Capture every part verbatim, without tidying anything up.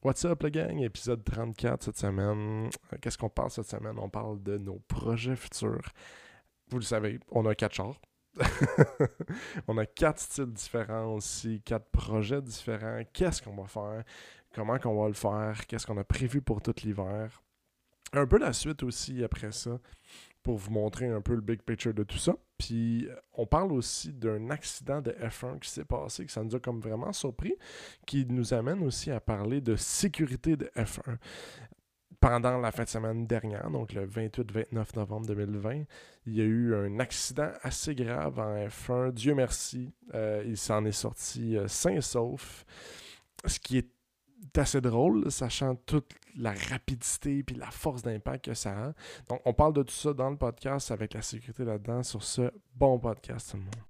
What's up, le gang? Épisode trente-quatre cette semaine. Qu'est-ce qu'on parle cette semaine? On parle de nos projets futurs. Vous le savez, on a quatre chars. On a quatre styles différents aussi, quatre projets différents. Qu'est-ce qu'on va faire? Comment qu'on va le faire? Qu'est-ce qu'on a prévu pour tout l'hiver? Un peu la suite aussi après ça, pour vous montrer un peu le big picture de tout ça. Puis on parle aussi d'un accident de F un qui s'est passé, que ça nous a comme vraiment surpris, qui nous amène aussi à parler de sécurité de F un. Pendant la fin de semaine dernière, donc le vingt-huit vingt-neuf novembre deux mille vingt, il y a eu un accident assez grave en F un. Dieu merci, euh, il s'en est sorti euh, sain et sauf. Ce qui est assez drôle, sachant toute la rapidité et la force d'impact que ça a. Donc, on parle de tout ça dans le podcast avec la sécurité là-dedans. Sur ce, bon podcast, tout le monde.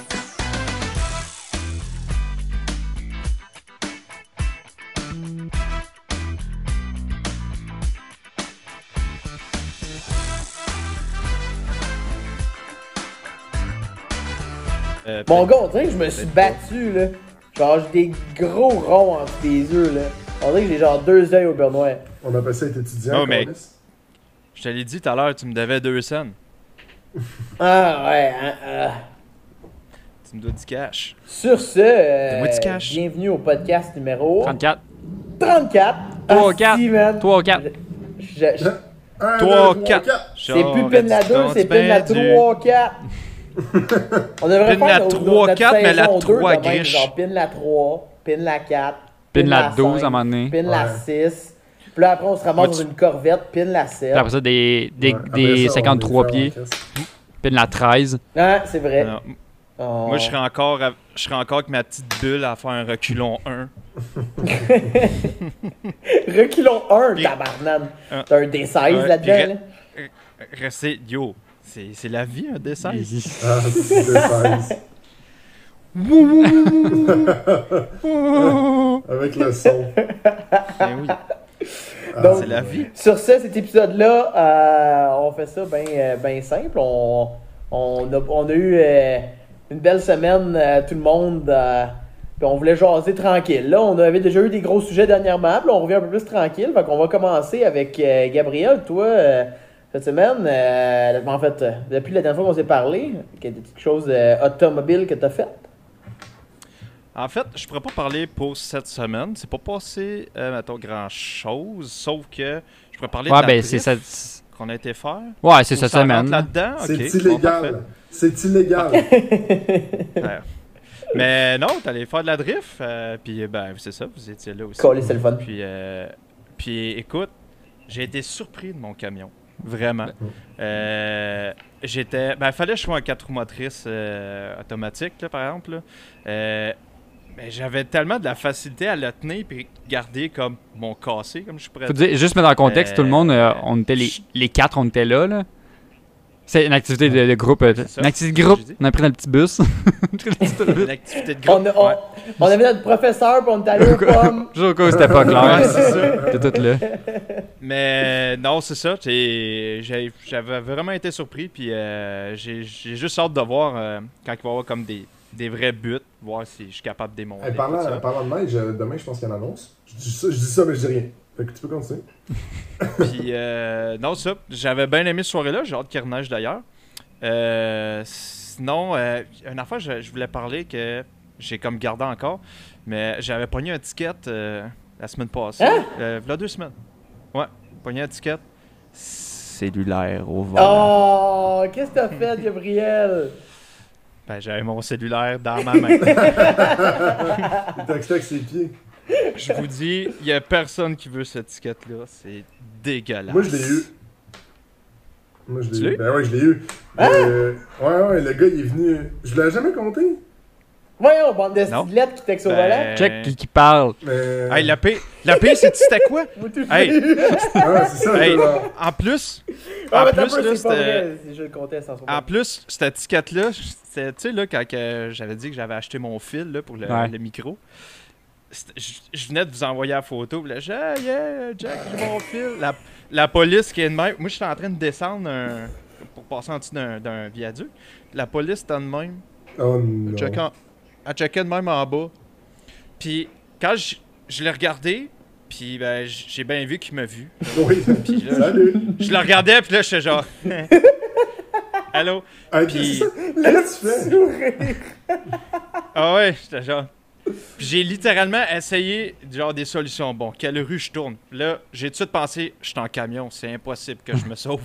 Euh, Mon gars, on dirait que je me suis battu, là. Genre, j'ai des gros ronds entre les yeux, là. On dirait que j'ai genre deux yeux au beurre noir. On appelle ça être étudiant. Non, mais- Carlis. Je te l'ai dit tout à l'heure, tu me devais deux cents. Ah, ouais, hein, euh. Tu me dois du cash. Sur ce, euh, Donne-moi du cash. bienvenue au podcast numéro trente-quatre. trente-quatre. trois Ah, quatre. si, man. trois ou quatre. Je- je- Un, Trois, deux, quatre. C'est plus pin la deux, c'est pin la trois quatre. On devrait Pin faire la nos- trois, notre quatre, mais la saison deux trois de même, griche. genre pin la trois, pin la quatre, Pin la douze cinq, à un moment donné. pin la Ouais. six. Puis là, après, on se ramasse Moi, dans tu- une corvette, pin la sept. Puis après ça, des, des, Ouais, après des ça, on cinquante-trois est pieds. fait en crise. Pin la treize. Ah, c'est vrai. Non, Oh. Moi, je serais encore, à- je serais encore avec ma petite bulle à faire un reculon un. Reculons un, Puis- tabarnane. Un. T'as un D seize Ouais, là-dedans, puis là? re- Rester, yo, c'est c'est la vie, un D seize. Ah, c'est deux seize. Avec le son. Ben oui, Ah, Donc- c'est la vie. Sur ce, cet épisode-là, euh, on fait ça bien euh, ben simple. On, on, a, on a eu euh, une belle semaine, euh, tout le monde. Euh, puis on voulait jaser tranquille. Là, on avait déjà eu des gros sujets dernièrement. Puis là, on revient un peu plus tranquille. Fait qu'on va commencer avec euh, Gabriel. Toi, euh, cette semaine, euh, en fait, euh, depuis la dernière fois qu'on s'est parlé, quelque chose euh, automobile que t'as fait? En fait, je pourrais pas parler pour cette semaine. C'est pas passé, euh, mettons, grand-chose. Sauf que je pourrais parler Ouais, de la ben c'est drift ça. qu'on a été faire. Ouais, c'est Ou cette ça rentre semaine. là. là-dedans? C'est Ok, bon, parfait. illégal. C'est illégal. Ouais. Mais non, t'allais faire de la drift, euh, puis ben c'est ça, vous étiez là aussi. Coller, c'est le fun. Puis, euh, puis écoute, j'ai été surpris de mon camion, vraiment. Euh, j'étais, ben fallait que je sois un quatre roues motrices euh, automatique, là, par exemple. Là. Euh, mais j'avais tellement de la facilité à le tenir puis garder comme mon cassé, comme je pourrais Faut dire. dire, juste mettre en contexte, Euh, tout le monde, euh, on était les, les quatre, on était là. là. C'est une activité de, de groupe. euh, C'est ça, une activité c'est de ce groupe. que j'ai dit. On a pris notre petit bus. Une activité de groupe. On, a- on, ouais. on avait notre professeur, puis on est allé aux pommes. Juste au cas où c'était pas Ouais, clair. c'est ça. C'était tout là. Mais non, c'est ça. j'ai- j'ai- J'avais vraiment été surpris. Puis euh, j'ai j'ai juste hâte de voir euh, quand il va y avoir comme des, des vrais buts, voir si je suis capable de démonter. Hey, tout parlant, ça. parlant de neige, euh, demain, je pense qu'il y a une annonce. Je dis ça, je dis ça mais je dis rien. Fait que tu peux continuer. Puis euh, non, ça. J'avais bien aimé cette soirée-là. J'ai hâte qu'il reneige d'ailleurs. Euh, sinon, euh, une affaire, je, je voulais parler que j'ai comme gardé encore. Mais j'avais pogné un ticket euh, la semaine passée. Hein? Euh, il y a deux semaines. Ouais, pogné un ticket. Cellulaire au volant. Oh, qu'est-ce que t'as fait, Gabriel? Ben, j'avais mon cellulaire dans ma main. Il textait avec ses pieds. Je vous dis, il n'y a personne qui veut cette étiquette-là. C'est dégueulasse. Moi, je l'ai eu. Moi, je Tu l'ai l'as eu. eu? Ben ouais, je l'ai eu. Euh, ouais, ouais, le gars, il est venu. Je l'avais jamais compté. Voyons, bande de Non. stylettes qui textent au Ben, volant. Check qui, qui parle. Mais. Hey, la paix, la paix, c'est c'était quoi? Vous touchez. Hey, Ouais, c'est ça, hey, là. en plus, Ah, en mais attends un plus, peu, là, c'est pas c'était... vrai. Je le comptais sans En plus, cette étiquette-là, c'était, tu sais, là, quand que j'avais dit que j'avais acheté mon fil là, pour le, Ouais. le micro, c'était- je, je venais de vous envoyer la photo. Puis là, j'ai hey, yeah, Jack, j'ai mon fil. La, la police qui est de même. Moi, j'étais en train de descendre un- pour passer en dessous d'un, d'un viaduc. La police était de même. Oh Elle non. checkait, en- elle checkait de même en bas. Puis, quand je, je l'ai regardé, Puis ben, j- j'ai bien vu qu'il m'a vu. Oui, Puis là, salut. Je le regardais, puis là, j'étais genre... Allô? Hey, Puis- qu'est-ce que tu fais? Ah ouais, j'étais genre... Puis j'ai littéralement essayé genre des solutions. Bon, quelle rue je tourne? Là, j'ai tout de suite pensé, je suis en camion, c'est impossible que je me sauve.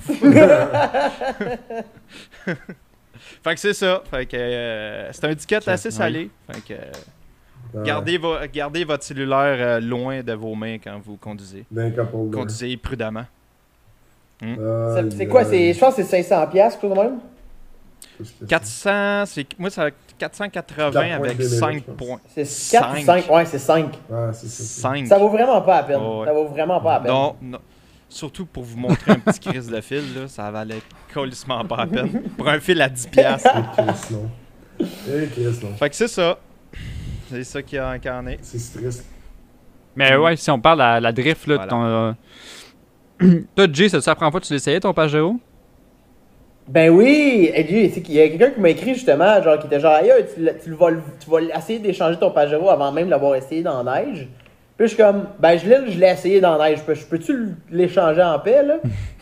Fait que c'est ça. Fait que euh, c'est un ticket assez salé. Fait que euh, gardez, vo- gardez votre cellulaire euh, loin de vos mains quand vous conduisez. D'un couple. Conduisez prudemment. C'est- C'est quoi? c'est- Je pense que c'est cinq cents piastres, tout de même? quatre cents, c'est moi c'est quatre cent quatre-vingts avec cinq points. C'est quatre ou cinq? Ouais, c'est cinq. Ouais, c'est ça. cinq. Ça vaut vraiment pas la peine. Oh, ouais. Ça vaut vraiment pas la peine. Non, non. Surtout pour vous montrer un petit crise de fil, là, ça valait colissement pas la peine. Pour un fil à dix piastres. Et Chris, non. Et Chris, non. Fait que c'est ça. C'est ça qui a incarné. C'est triste. Mais ouais, si on parle de la, la drift, là, Voilà. ton. euh, Toi, Jay, c'est la première fois que tu l'essayais, ton Pajero? Ben oui! Et Dieu, c'est qu'il y a quelqu'un qui m'a écrit justement, genre, qui était genre, aïe, tu, le- tu, le vas, le- tu vas essayer d'échanger ton Pajero avant même de l'avoir essayé dans la neige. Puis je suis comme, ben je l'ai, je l'ai essayé dans la neige. Peux- je Peux-tu l'échanger en paix, là?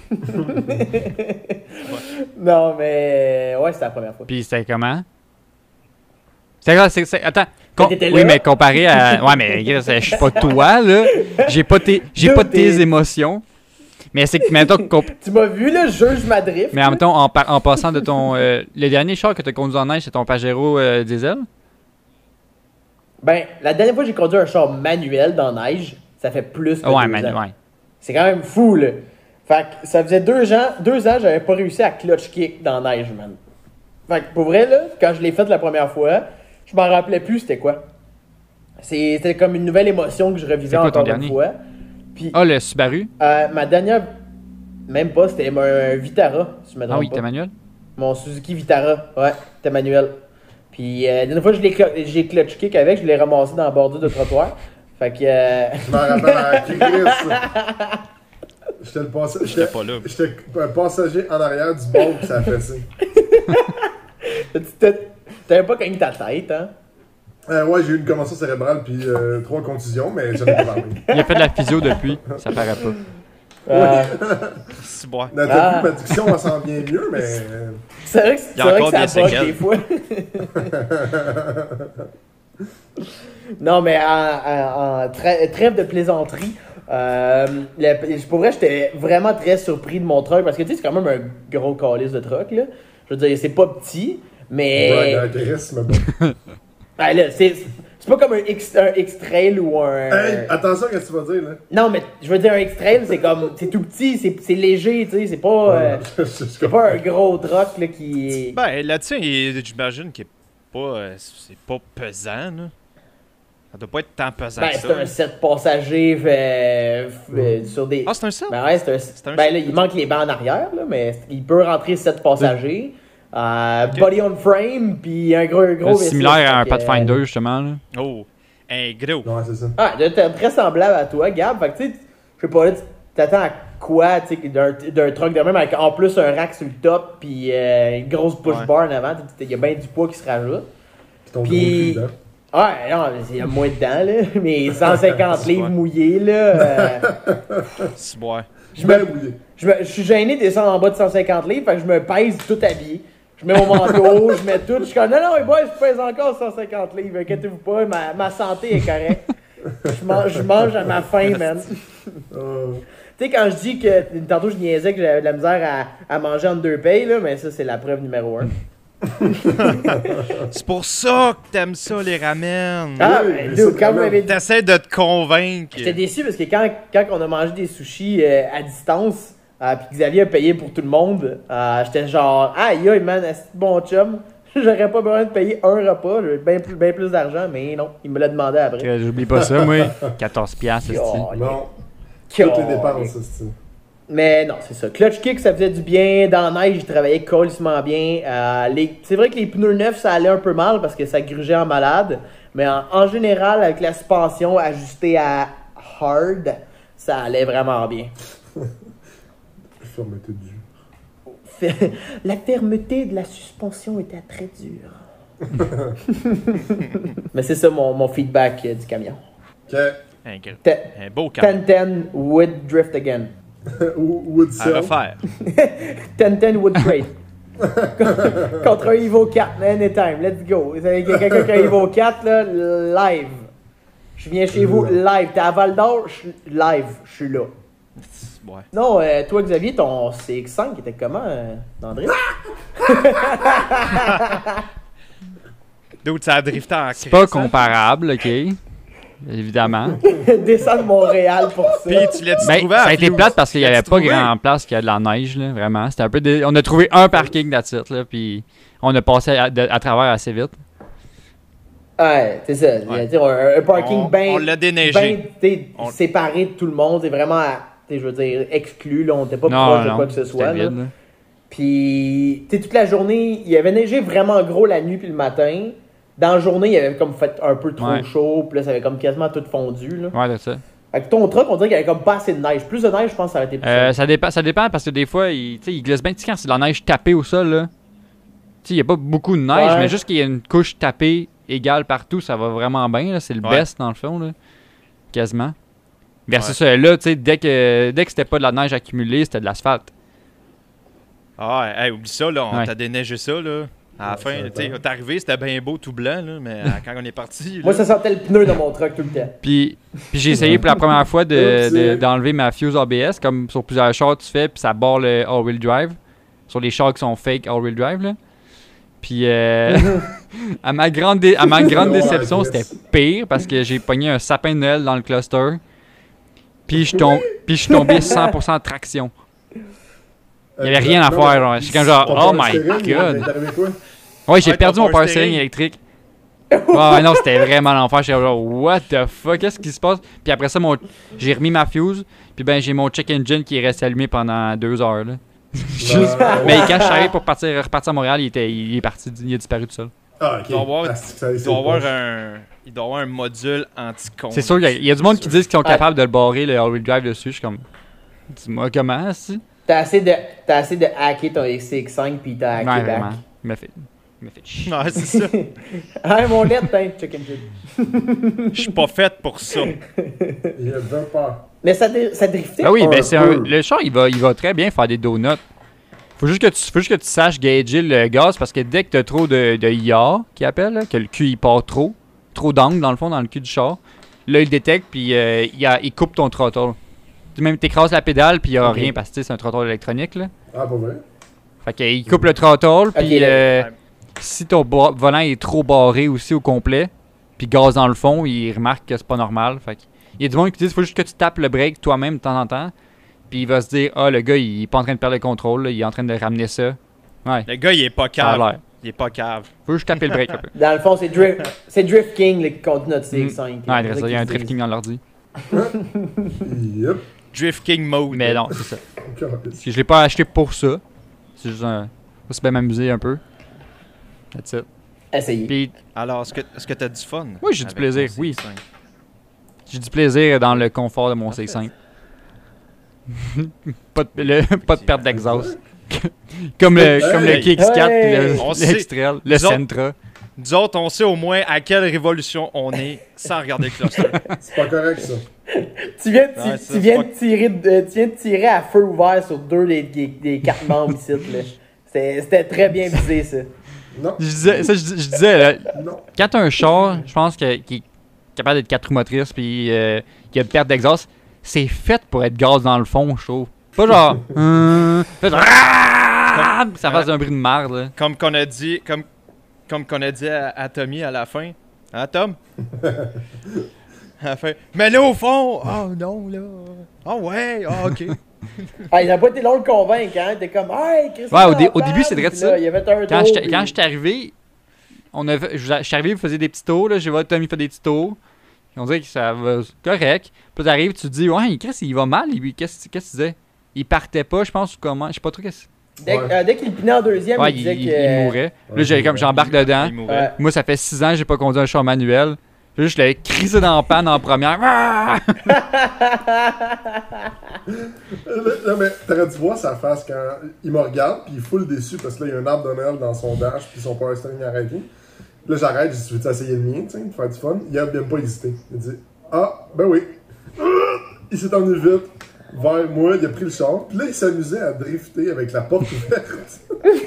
Non, mais ouais, c'était la première fois. Puis c'était comment? C'est quoi? c'est- c'est- Attends. Com- t'étais oui, là? mais comparé à. Ouais, mais regarde, je suis pas toi, là. J'ai pas tes, j'ai Dude, pas tes t'es- émotions. Mais c'est que, mettons, comp- Tu m'as vu, là, je juge ma drift. mais en même temps, en, par- en passant de ton. euh, le dernier char que tu as conduit en neige, c'est ton Pajero euh, diesel? Ben, la dernière fois que j'ai conduit un char manuel dans la neige, ça fait plus que Ah ouais, deux man, ans. ouais. C'est quand même fou, là. Fait que ça faisait deux ans, deux ans, j'avais pas réussi à clutch kick dans la neige, man. Fait que pour vrai, là, quand je l'ai fait la première fois, je m'en rappelais plus c'était quoi. C'est- C'était comme une nouvelle émotion que je revisais C'est quoi ton encore une dernier? fois. Puis, Ah, le Subaru? euh, ma dernière, même pas, c'était un Vitara, si je me trompe Ah oui, pas. t'es manuel? Mon Suzuki Vitara, ouais, c'était manuel. Puis, euh, la dernière fois que je l'ai cl- j'ai clutch kick avec, je l'ai ramassé dans la bordure de trottoir. Fait que. euh, Je m'en rappelle à Chris. J'étais le passager. J'étais pas là. J'étais un passager en arrière du bord pis ça a fessé. tu t'es- T'avais pas cogné ta tête, hein? Euh, ouais, j'ai eu une commotion cérébrale puis euh, trois contusions, mais j'en ai pas parlé. Il a fait de la physio depuis, ça paraît pas. Euh, C'est bon. T'as Ah. vu, ma diction, elle s'en vient mieux, mais. euh, c'est vrai que, c'est Il y a vrai encore que des ça bug séquelles. des fois. Non, mais en, en- en tra- trêve de plaisanterie, euh, le- pour vrai, j'étais vraiment très surpris de mon truck parce que tu sais, c'est quand même un gros calice de truck, là. Je veux dire, c'est pas petit, mais. Ouais, un Chris, mais bon. Ah, là, c'est c'est pas comme un X, un X-Trail ou un. Hey, attention, qu'est-ce que tu vas dire, là? Non, mais je veux dire, un X-Trail, c'est comme. C'est tout petit, c'est c'est léger, tu sais, c'est pas. euh, c'est pas un gros truck, là, qui. Ben, là-dessus, il- j'imagine qu'il est pas. euh, c'est pas pesant, là. Ça doit pas être tant pesant Ben, que c'est ça. un sept passagers euh, f- euh, sur des. Ah, c'est un sept? Ben ouais, c'est un, C'est un ben sept. là, il manque les bancs en arrière, là, mais il peut rentrer sept passagers. Euh, Ok. Body on frame, puis un gros, un gros Euh, V six, similaire à un fait que, Pathfinder, justement. Là. Oh, un gros. Ouais, c'est ça. Ah, de- t'es très semblable à toi, Gab. Fait que tu sais, je sais pas, là, tu t'attends à quoi, tu sais, d'un d'un truck de même avec en plus un rack sur le top, puis euh, une grosse push Ouais. bar en avant. Il y a bien du poids qui se rajoute. Puis ton Puis- gros cul, là. Ouais, non, il y a moins dedans, là. Mais cent cinquante C'est livres vrai. mouillés, là. euh, C'est bon. je Ben me, mouillé. je, me- je suis gêné de descendre en bas de cent cinquante livres, fait que je me pèse tout habillé. Je mets mon manteau, je mets tout. Je suis comme, non, non, les boys, je pèse encore cent cinquante livres, inquiétez-vous pas, ma, ma santé est correcte. Je mange, je mange à ma faim, man. Oh. Tu sais, quand je dis que, tantôt je niaisais que j'avais de la misère à, à manger en deux payes, là, mais ça, c'est la preuve numéro un. C'est pour ça que t'aimes ça, les ramen. Ah, Oui, ben, mais dude, c'est quand vous vraiment- m'avez dit. T'essaies de te convaincre. J'étais déçu parce que quand, quand on a mangé des sushis euh, à distance, euh, puis que Xavier a payé pour tout le monde, euh, j'étais genre, aïe, aïe, man, c'est bon chum. J'aurais pas besoin de payer un repas, j'aurais bien plus, bien plus d'argent, mais non, il me l'a demandé après. Euh, J'oublie pas ça, moi. quatorze piastres, esti. Oh, Non, les- toutes les dépenses, ça, c'est. Mais non, c'est ça. Clutch kick, ça faisait du bien. Dans la neige, il travaillait colissement bien. Euh, les... C'est vrai que les pneus neufs, ça allait un peu mal parce que ça grugeait en malade. Mais en, en général, avec la suspension ajustée à hard, ça allait vraiment bien. Fermeté du. La fermeté de la suspension était très dure. Mais c'est ça mon, mon feedback euh, du camion. Ok. Un, gros- Te- un beau camion. ten ten would drift again. Wood À Cell. refaire. ten ten would trade. Contre un Evo quatre, anytime, let's go. Vous avez quelqu'un qui a un Evo quatre, là, live. Je viens chez vous, live. T'es à Val d'Or, je- live, je suis là. Ouais. Non, euh, toi, Xavier, ton C X cinq était comment, euh, André? Dude, ça a drifté en C'est pas crisse, hein. comparable, ok? Évidemment. Descends de Montréal pour ça. Puis tu l'as-tu Ben, trouvé ça à a été Fuse? plate parce qu'il y avait L'as-tu pas trouvé? grand place qu'il y a de la neige, là, vraiment. C'était un peu dé- On a trouvé un parking d'attitude, là, puis on a passé à, de- à travers assez vite. Ouais, c'est ça. Ouais. C'est-à-dire Un, un parking On- bien on l'a déneigé. ben, t'sais, On- séparé de tout le monde. C'est vraiment, t'sais, je veux dire, exclu. Là. On n'était pas Non, proche de non, quoi que ce soit. c'était là. vide, là. Puis, tu sais, toute la journée, il y avait neigé vraiment gros la nuit puis le matin. Dans la journée, il y avait comme fait un peu trop Ouais. chaud. Puis là, ça avait comme quasiment tout fondu. Là. Ouais, c'est ça. Fait que ton truck, on dirait qu'il y avait comme pas assez de neige. Plus de neige, je pense que ça aurait été plus Euh, simple. ça, dépend, ça dépend parce que des fois, il, tu sais, il glisse bien. Tu sais, quand c'est de la neige tapée au sol, là, tu sais, il n'y a pas beaucoup de neige, Ouais. mais juste qu'il y a une couche tapée égale partout, ça va vraiment bien. là. C'est le Ouais. best dans le fond, là. Quasiment. Versus euh, là, tu sais, dès que, dès que c'était pas de la neige accumulée, c'était de l'asphalte. Ah, ouais, hey, oublie ça, là. On Ouais. t'a déneigé ça, là. À la Ouais, fin, ça tu sais, dépend. t'es arrivé, c'était bien beau, tout blanc, là. Mais euh, quand on est parti. Moi, là, ça sentait le pneu de mon truck tout le temps. Puis, puis j'ai essayé pour la première fois de- Oups, de- c'est- d'enlever ma fuse A B S, comme sur plusieurs chars tu fais, puis ça barre le all-wheel drive. Sur les chars qui sont fake all-wheel drive, là. Puis, euh, à ma grande, dé- à ma grande Ouais, déception, yes. c'était pire parce que j'ai pogné un sapin de Noël dans le cluster. Puis, je tom- puis je suis tombé cent pour cent de traction. Il y avait rien à Non, faire, mais- genre. J'étais comme genre, Ton oh power my steering, il god. est arrivé quoi? Ouais, j'ai Ouais, perdu ton mon power power steering steering. électrique. Ouais, non, c'était vraiment l'enfer. J'étais genre, what the fuck, qu'est-ce qui se passe? Puis après ça, mon... j'ai remis ma fuse. Puis ben, j'ai mon check engine qui est resté allumé pendant deux heures. Là. Juste- Ah, Mais quand je suis arrivé pour partir, repartir à Montréal, il, était, il est parti, il a disparu tout seul. Ah, ok. Il doit avoir- Ah, c'est que ça- il c'est doit avoir proche. un. Il doit avoir un module anti-con. C'est sûr, il y, a- il y a du monde qui disent qu'ils sont Ouais. capables de le barrer, le all-wheel drive dessus. Je suis comme, dis-moi comment, si? T'as assez de, t'as assez de hacker ton C X cinq puis t'as hacké Ouais, back. vraiment. Il m'a fait, il m'a fait chier. Ouais, c'est ça. Ah, mon lait, t'as chicken shit. Je suis pas faite pour ça. Il a bien peur. Mais ça, dé- ça driftait. Ah oui, un ben c'est un, peu. le char, il va, il va très bien faire des donuts. Faut juste que tu, faut juste que tu saches gager le gaz parce que dès que tu as trop de, de I A, qui appelle, là, que le cul il part trop, trop d'angle dans le fond, dans le cul du char, là il détecte puis euh, il, a- il coupe ton throttle. Tu même t'écrases la pédale puis il n'y a Ok. rien parce que tu sais, c'est un throttle électronique. Là. Ah, pas vrai? Fait qu'il coupe le throttle puis Ok, là. euh, Ouais. si ton ba- volant est trop barré aussi au complet, puis gaz dans le fond, il remarque que c'est pas normal. Fait qu'il il y a du monde qui dit qu'il faut juste que tu tapes le break toi-même de temps en temps. Puis il va se dire, ah, le gars, il est pas en train de perdre le contrôle, là, il est en train de ramener ça. Ouais, Le gars, il est pas ça a cave. l'air. Il est pas cave. Faut juste taper le break un peu. Dans le fond, c'est Drift, c'est Drift King là, qui conduit notre C X cinq. Mm. Ouais, C'est c'est ça, il y a un qu'ils disent. drifting dans l'ordi. Yep. Drift King mode. Mais non, c'est ça. Ok. Parce que je l'ai pas acheté pour ça. C'est juste un. Faut se bien m'amuser un peu. That's it. Essayez. Puis Alors, est-ce que est-ce que t'as du fun? Oui, j'ai du avec plaisir, ton oui. C X cinq? j'ai du plaisir dans le confort de mon C X cinq. pas, de, le- pas de perte d'exhaust. comme le, comme le Hey! K X quatre Hey! puis le, On le sait. X-Trail, le Nous autres- Sentra. Nous autres, on sait au moins à quelle révolution on est sans regarder le cluster. C'est pas correct, ça. Tu viens, de, ti- Ouais, ça, tu c'est viens pas- de tirer, de- tu viens de tirer à feu ouvert sur deux des, des, des quatre membres ici. là. C'était c'était très bien visé, ça. Non. Je disais, ça, je, dis- je disais, là, Non. quand t'as un char, je pense que, qui est capable d'être quatre roues motrices puis euh, qui a de perte d'exhaust, c'est fait pour être gaz dans le fond, je trouve. Pas genre. hum, fait genre, ah, ça fasse un bruit de merde, là. Comme qu'on a dit, comme, comme qu'on a dit à, à Tommy à la fin. Hein, Tom? À la fin. Mais là, au fond, oh non, là. Oh ouais, ah, ok. Ah, il n'a pas été long de le convaincre, hein. T'es comme, hey, Chris. Ouais, au dé- au début, c'est vrai de ça. Il y avait un Quand tour, j'étais puis- quand j'étais arrivé, on a, fait- je je suis arrivé, vous faisiez des petits tours, là, j'ai vu Tommy fait des petits tours. On dirait que ça va correct. Puis t'arrives, tu te dis, ouais, Chris, il va mal. il- Qu'est-ce qu'est-ce que tu disais? Il partait pas, je pense, ou comment? Je sais pas trop qu'est-ce. Dès, Ouais. euh, dès qu'il pinait en deuxième, Ouais, il il, disait il- que. il mourait. Ouais, Là, j'ai il comme mourait. j'embarque dedans. Il mourait. Ouais. Moi, ça fait six ans que j'ai pas conduit un char manuel. Là, je l'avais crissé dans la panne en première. Ah! Non, mais t'aurais dû voir sa face quand il me regarde, puis il est full déçu parce que là, il y a un arbre de Noël dans son dash, puis son power steering est arrêté. Là, j'arrête, je dis, veux-tu essayer le mien, tu sais, pour faire du fun? Il a même pas hésité. Il dit, Ah, ben oui. Il s'est emmené vite vers moi, il a pris le char. Puis là, il s'amusait à drifter avec la porte ouverte.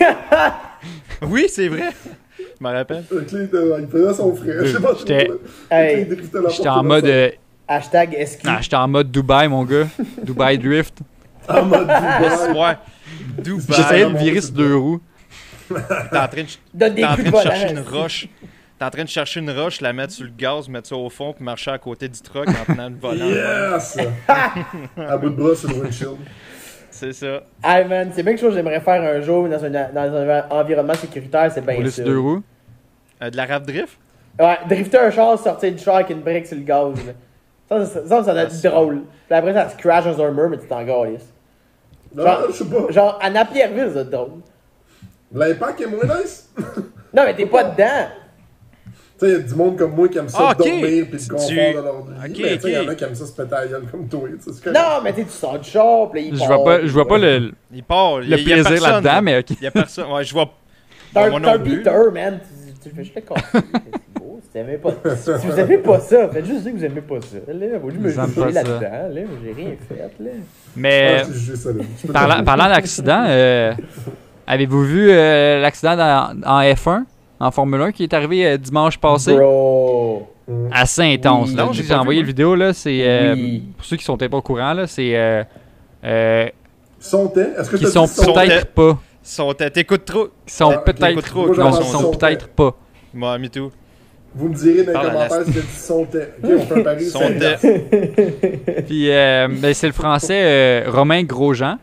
Oui, c'est vrai. Je me rappelle. Donc là, il, était- il faisait son frère. Je sais pas J'étais- trop. Hey, Il driftait la porte J'étais en ouverte. mode. euh, hashtag S Q. ah, j'étais en mode Dubaï, mon gars. Dubaï Drift. En mode Dubaï. Ouais. Dubaï. J'essayais de mon virer Dieu, sur deux roues. T'es en train de, Donne des t'es en coups train de de volant. chercher une roche. T'es en train de chercher une roche, la mettre sur le gaz, mettre ça au fond, puis marcher à côté du truck en tenant le volant. Yes! À bout de bras sur le windshield. C'est ça. Hey man, c'est bien quelque chose que j'aimerais faire un jour dans un, dans un environnement sécuritaire, c'est bien Rouler sûr. sur deux roues. Euh, de la rap drift? Ouais, drifter un char, sortir du char avec une brique sur le gaz. Là. Ça, ça, ça, ça doit être drôle. Puis après, ça se crash dans un mur, mais tu t'en galisses. Non, Genre- je sais pas. Genre, à Napierville, ça doit être drôle. L'impact est moins nice. Non, mais t'es pas dedans. Tu sais, il y a du monde comme moi qui aime ça Ah, ok. dormir pis le confort Tu- de leur vie. Ok, mais tu sais, il y en ok. a qui aiment ça se péter la gueule comme toi. tu sais, c'est correct. Non, mais tu sais, tu sors du char, pis là, il Je part, vois pas, je vois pas le, Il part. Il y le a- il y a plaisir personne, là-dedans, mais ok. Il y a personne. Ouais, je vois. T'as Bon, un moi t'as un non plus. beater, man. Tu, tu fais juste le casser. C'est beau. Si t'aimais pas, si vous aimez pas ça, faites juste dire que vous aimez pas ça. Là, vous me J'aime juger pas ça. là-dedans. Là, moi, j'ai rien fait, là. Mais Ah, j'ai jugé ça, là. Je peux parlant, te- parlant d'accident, euh, avez-vous vu euh, l'accident dans- en F un, en Formule un, qui est arrivé euh, dimanche passé? Bro. Hum. Assez intense. Oui. là. Non, Tu sais, j'ai J'ai pas envoyé vu, la vidéo, là, c'est... euh, Oui. pour ceux qui sont peut-être pas au courant, là, c'est... Euh, euh, Sont-elles? Est-ce que qui t'as sont dit sont- peut-être pas. Sont, t'écoutes trop. Qui sont Ah, ok. peut-être... Écoute trop, Moi, Non, j'entends qui sont sont- peut-être pas. Moi, me too. Vous me direz dans les Parle à commentaires la- si t'as dit sont-elles. Ok, on fait un pari. Sont c'est- Puis euh, ben, c'est le français euh, Romain Grosjean.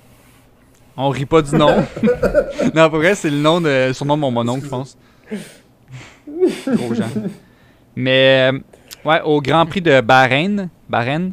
On rit pas du nom. Non, pour vrai, c'est le nom de surnom de mon mononcle, je pense. Grosjean. Mais euh, ouais, au Grand Prix de Bahreïn, Bahreïn,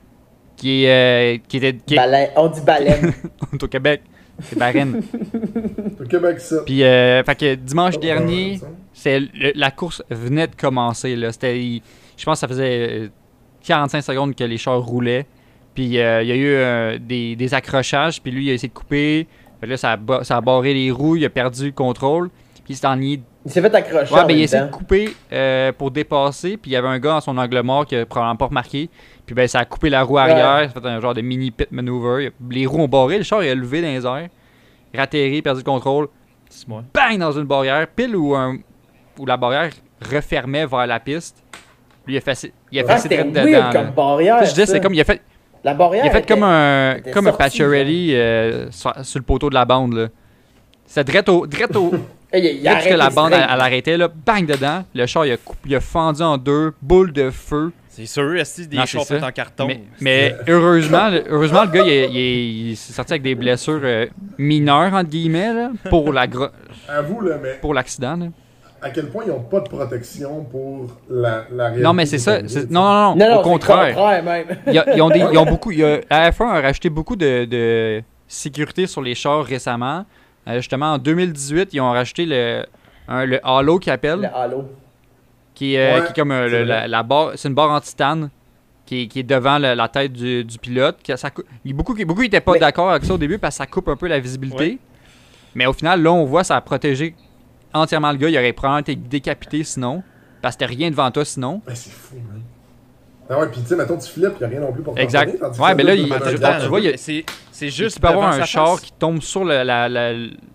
qui est, euh, qui était qui est- Baleine. On dit baleine. on est au Québec, c'est Bahreïn. Au Québec, ça. Puis euh, fait que dimanche Oh, dernier, ça. c'est le- la course venait de commencer là. C'était, il- je pense que ça faisait euh, quarante-cinq secondes que les chars roulaient. Puis euh, il y a eu euh, des, des accrochages. Puis lui, il a essayé de couper. Fait que là, ça a, ba- ça a barré les roues. Il a perdu le contrôle. Puis il s'est enligné. Il s'est fait accrocher. Ouais, en ben, il a même essayé de temps. couper euh, pour dépasser. Puis il y avait un gars dans son angle mort qui a probablement pas remarqué. Puis ben, ça a coupé la roue arrière. Ça a fait un genre de mini pit maneuver. Les roues ont barré. Le char il a levé dans les airs. Il a atterri, perdu le contrôle. C'est moi. Bang dans une barrière, pile où, un, où la barrière refermait vers la piste. Lui, il a fait, il a fait Ah, ses c'était drettes weird dedans. comme là. barrière. Tu sais, je disais, ça. c'est comme, il a fait, La barrière. il a fait était- comme un, était comme un sortie, Pacioretty euh, sur, sur le poteau de la bande. Là. C'est drette au, drette au, Hey, il- il drette que arrête la les bande, elle, straight. elle arrêtait, là, bang dedans. Le char, il a, coupé, il a fendu en deux, boule de feu. C'est sûr, est-ce des Non, c'est chars faits ça. en carton? Mais, mais heureusement, le- heureusement, le gars, il, est- il est- il s'est sorti avec des blessures euh, mineures, entre guillemets, là, pour la gro- Avoue, là, mais pour l'accident. là. à quel point ils n'ont pas de protection pour la, la réalité. Non, mais c'est des ça. conduites, c'est- tu sais. Non, non, non, Non, non, au c'est le contraire. contraire même. Il y a- ils, ont des, ils ont beaucoup. il y a- la F un a rajouté beaucoup de, de sécurité sur les chars récemment. Euh, justement, en deux mille dix-huit, ils ont rajouté le, un- le Halo qu'ils appellent, Le halo. qui, est, euh, Ouais, qui est comme euh, c'est le- vrai. la, la barre. C'est une barre en titane qui est, qui est devant le- la tête du, du pilote. Que ça, cou- il- beaucoup beaucoup n'étaient pas Mais- d'accord avec ça au début parce que ça coupe un peu la visibilité. Ouais. Mais au final, là, on voit ça a protégé entièrement le gars. Il aurait probablement été décapité sinon. Parce que t'as rien devant toi sinon. Ben, c'est fou, man. Ah ouais, pis tu sais, mettons, tu flippes, y'a rien non plus pour Exact. t'entraîner, tandis que Ouais, ça mais doit là, te il- mettre un tu- gars. tu vois, il y a- c'est, c'est Juste juste tu peux avoir devant un sa char face. qui tombe sur le- la, la-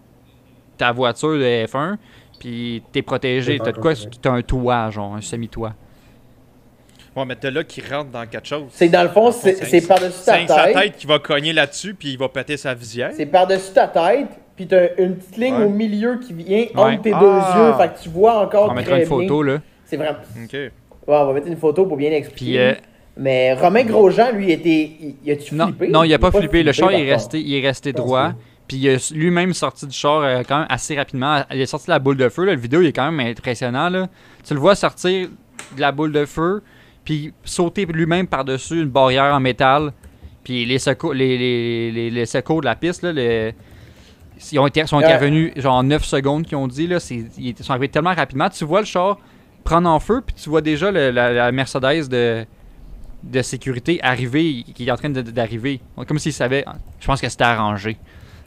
ta voiture de F un, puis t'es protégé. C'est T'as de quoi? encore correct. T'as un toit, genre un semi-toit. Ouais, mais t'as là qui rentre dans quelque chose. C'est que dans le fond, c'est C'est- c'est par-dessus ta C'est sa tête. tête qui va cogner là-dessus, puis il va péter sa visière. C'est par-dessus ta tête, puis t'as une petite ligne Ouais. au milieu qui vient Ouais. entre tes Ah. deux yeux, fait que tu vois encore On très mettra une bien. photo, là. C'est vraiment... Ok. Ouais, on va mettre une photo pour bien expliquer. Puis, euh, Mais Romain Grosjean, lui, était... il, il a-tu non, flippé? non, il a pas flippé. Le char, par il est contre. resté, il est resté Je pense droit. que- Puis il a lui-même sorti du char euh, quand même assez rapidement. Il est sorti de la boule de feu. Là. Le vidéo, il est quand même impressionnant. Là. Tu le vois sortir de la boule de feu, puis sauter lui-même par-dessus une barrière en métal. Puis les secours, les, les, les, les secours de la piste, là, les- ils ont été, sont Ouais. intervenus genre en neuf secondes qu'ils ont dit. Là, c'est, ils sont arrivés tellement rapidement. Tu vois le char prendre en feu, puis tu vois déjà le- la, la Mercedes de, de sécurité arriver, qui est en train de- d'arriver. Comme s'ils savaient. Je pense que c'était arrangé.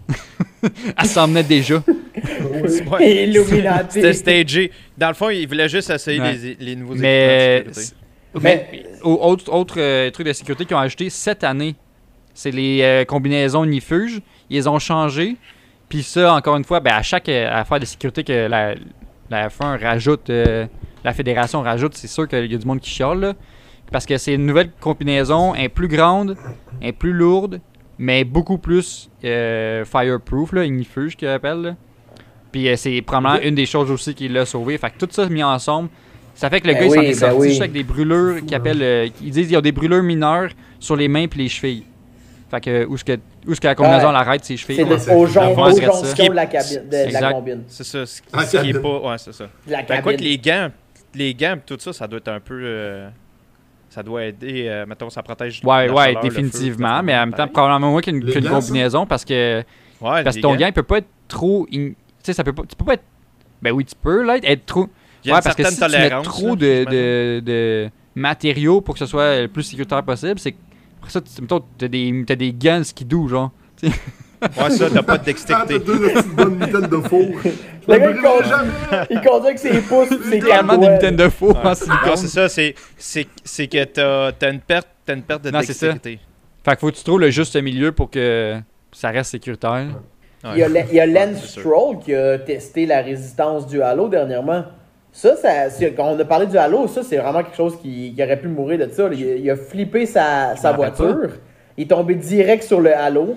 Elle s'emmenait déjà. Oui. Et Illuminati. C'était stagé. Dans le fond, il voulait juste essayer Ouais. les, les nouveaux Mais équipements de sécurité. Mais, au- autre autre euh, truc de sécurité qu'ils ont ajouté cette année, c'est les euh, combinaisons Unifuge. Ils les ont changées. Puis ça, encore une fois, ben, à chaque euh, affaire de sécurité que la, la F un rajoute, euh, la fédération rajoute, c'est sûr qu'il y a du monde qui chiale. Là, parce que c'est une nouvelle combinaison, elle est plus grande, elle est plus lourde, mais beaucoup plus euh, fireproof, là, Unifuge qu'ils appellent. Là. Puis euh, c'est probablement une des choses aussi qui l'a sauvé. Fait que tout ça mis ensemble, ça fait que le Ben gars, il s'en oui, est ben sorti oui. juste avec des brûlures qui appellent. euh, ils disent qu'ils ont des brûlures mineures sur les mains puis les chevilles. Fait que où est-ce que, où est-ce que la combinaison Ouais. l'arrête, ses chevilles. C'est Comment de- ça aux fait? jon- Avant, aux c'est ça. jonctions de la cabine, de, de la Exact. combine. C'est ça. Ce, Ah, ce qui est cabine. pas. Ouais, c'est ça. De la Ben, cabine. quoi que les gants, les gants et tout ça, ça doit être un peu. euh, ça doit aider. euh, mettons, ça protège. Ouais, la ouais, chaleur, le feu, définitivement. tout Mais ça, en même temps, pareil. probablement moins qu'une Les qu'une gants, ça? combinaison parce que, Ouais, parce les que ton gants. gant, il peut pas être trop. in- Tu sais, ça peut pas. Tu peux pas être. Ben oui, tu peux là, être trop. Il y a Ouais, une parce que si certaine tu mets tolérance, trop là, de, j'imagine. de, de matériaux pour que ce soit le plus sécuritaire possible, c'est que après ça, tu mettons, t'as des, t'as des gants skidoo, genre. Ouais, ça, t'as pas de Ah, dextérité. t'as deux petites bonnes mitaines de four. Je Le me gars, il brûlerai conduit- jamais. Il conduit avec ses pouces pis ses Clairement quatre des doigts. mitaines de faux Ouais. en silicone. Non, c'est ça, c'est, c'est, c'est que t'as, t'as, une perte, t'as une perte de Non, c'est ça. dextérité. Fait que faut que tu trouves le juste milieu pour que ça reste sécuritaire. Ouais. Il y a, Le- il y a Ouais, Lance c'est sûr. Stroll qui a testé la résistance du Halo dernièrement. Ça, ça c'est- quand on a parlé du Halo, ça, c'est vraiment quelque chose qui, qui aurait pu mourir de ça. Il, a- il a flippé sa, sa m'en rappelle voiture. Il est tombé direct sur le Halo.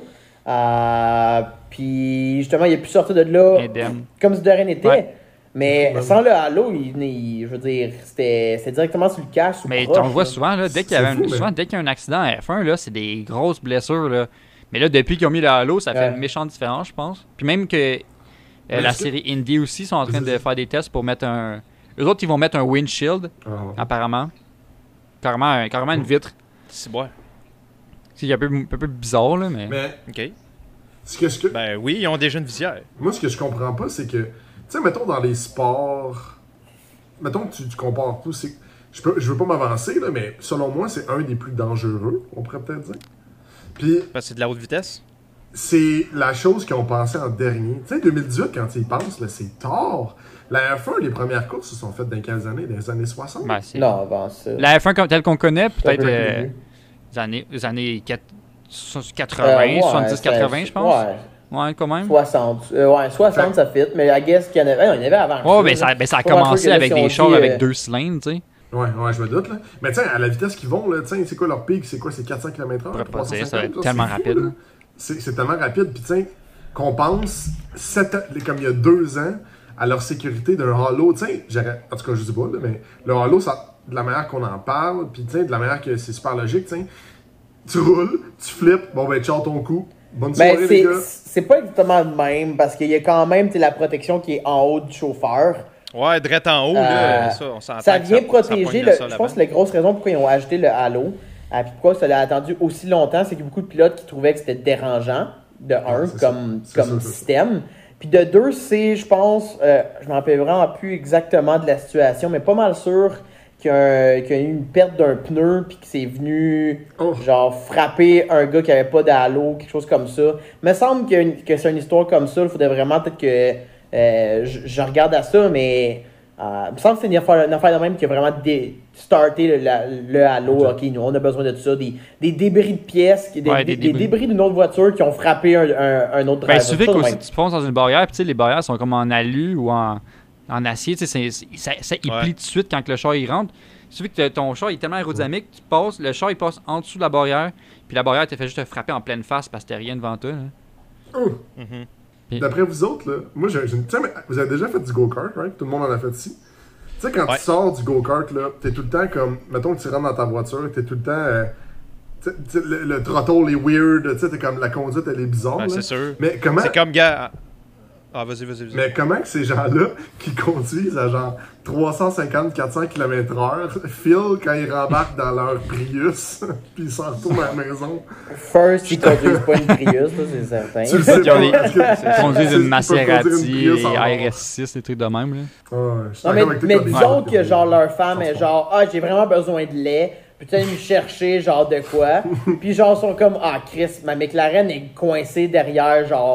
Euh, Puis, justement, il a pu sortir de là Indemne. comme si de rien n'était. Ouais. Mais Ouais. sans le Halo, il, il- je veux dire, c'était c'était directement sur le cash. ou Mais proche, on le voit là. souvent, là, dès qu'il y, C'est avait un, fou, mais- souvent, dès qu'il y a un accident à F un, là, c'est des grosses blessures. Là. Mais là, depuis qu'ils ont mis le Halo, ça fait Ouais. une méchante différence, je pense. Puis même que euh, Mais la est-ce que- série Indie aussi sont en train de C'est- faire des tests pour mettre un. Eux autres, ils vont mettre un windshield, Ah, apparemment. Carrément, un- carrément une vitre. C'est bon. C'est un peu, un peu bizarre, là, mais. Mais OK. ce que, ce que, Ben oui, ils ont déjà une visière. moi, ce que je comprends pas, c'est que, tu sais, mettons dans les sports, mettons que tu, tu compares tout, c'est, je, peux, je veux pas m'avancer, là, mais selon moi, c'est un des plus dangereux, on pourrait peut-être dire. Puis, Parce que c'est de la haute vitesse. c'est la chose qu'ils ont pensé en dernier. Tu sais, deux mille dix-huit, quand ils y pensent, là, c'est tard. La F un, les premières courses se sont faites dans quelles années? Dans les années soixante? Ben, c'est- Non, avant ça. La F un comme- telle qu'on connaît, C'est un peut-être peu euh, plus vieux. les années, les années quatre- Euh, quatre-vingts, ouais, soixante-dix quatre-vingts, ça- je pense. Ouais, Ouais, quand même. soixante. Euh, ouais, soixante, ça fit, mais I guess qu'il y en avait, ouais, il y en avait avant. Ouais, ben ça, ben, ça a Pas un truc commencé que là, avec si on des dit, chars euh, avec deux cylindres, tu sais. Ouais, ouais, je me doute, là. Mais tiens, à la vitesse qu'ils vont, là, tiens, c'est quoi leur pic? C'est quoi? C'est quatre cents kilomètres heure? Je pourrais pas dire, ça va être trois cent cinquante? tellement c'est fou, rapide, là. là. C'est c'est tellement rapide. Puis tiens, qu'on pense, sept ans- comme il y a deux ans, à leur sécurité d'un Halo. Tiens, j'aurais- en tout cas, je sais pas, là, mais le Halo, ça, de la manière qu'on en parle, puis tiens, de la manière que c'est super logique, tiens, tu roules, tu flippes, bon ben, ciao ton coup. Bonne Ben, soirée, les c'est, gars. c'est pas exactement le même, parce qu'il y a quand même tu sais, la protection qui est en haut du chauffeur. Ouais, direct en haut, Euh, là, ça, on s'entend Ça que vient ça protéger, pogne le, sol je avant. pense que la grosse raison pourquoi ils ont ajouté le Halo, euh, puis pourquoi ça l'a attendu aussi longtemps, c'est qu'il y a beaucoup de pilotes qui trouvaient que c'était dérangeant, de un, c'est ça. comme, C'est comme ça, c'est ça. système. Puis de deux, c'est, je pense, euh, je m'en rappelle vraiment plus exactement de la situation, mais pas mal sûr qu'il y a, un- qu'il y a eu une perte d'un pneu, puis que c'est venu, Oh. genre, frapper un gars qui avait pas d'halo, quelque chose comme ça. Il me semble qu'il y a une- que c'est une histoire comme ça, il faudrait vraiment peut-être que euh, je, je regarde à ça, mais euh, il me semble que c'est une affaire, une affaire de même qui a vraiment dé- starté le, la- le halo. Ok, nous, on a besoin de ça. Des, des débris de pièces, des, Ouais, des, des des débris d'une autre voiture qui ont frappé un, un, un autre Ben, driver. il suffit Ça, de qu'aussi même. tu fonces dans une barrière, puis tu sais, les barrières sont comme en alu ou en, en acier, tu sais, c'est- c'est- ça, ça, il Ouais. plie tout de suite quand que le char il rentre. Il suffit que ton char il est tellement aérodynamique, tu passes, le char il passe en dessous de la barrière, puis la barrière te fait juste te frapper en pleine face parce que t'as rien devant toi. hein. Oh. Mhm. D'après vous autres, là, moi, j'ai, j'ai- tu sais, mais vous avez déjà fait du go-kart, right? Tout le monde en a fait ici. Tu sais, quand Ouais. tu sors du go-kart, là, t'es tout le temps comme, mettons que tu rentres dans ta voiture, t'es tout le temps, euh, tu sais, tu sais, le, le throttle est weird, tu sais, t'es comme, la conduite, elle est bizarre, Ben, là. c'est sûr. Mais comment, C'est comme, gars. Ah, vas-y, vas-y, vas-y. mais comment que ces gens-là, qui conduisent à genre trois cent cinquante à quatre cents kilomètres heure, filent quand ils rembarquent dans leur Prius, puis ils s'en retournent à la maison? First, ils conduisent pas une Prius, ça, c'est certain. Tu le sais Ils ont pas, des- parce que- Ils conduisent ils une peuvent Maserati conduire une Prius en et R S six, des trucs de même. Là. Ouais, je suis Non, mais, d'accord avec toi mais qu'il y a des disons gens que qui- genre leur femme est genre ah j'ai vraiment besoin de lait, peux-tu aller me chercher genre de quoi? Puis genre ils sont comme ah Chris, ma McLaren est coincée derrière genre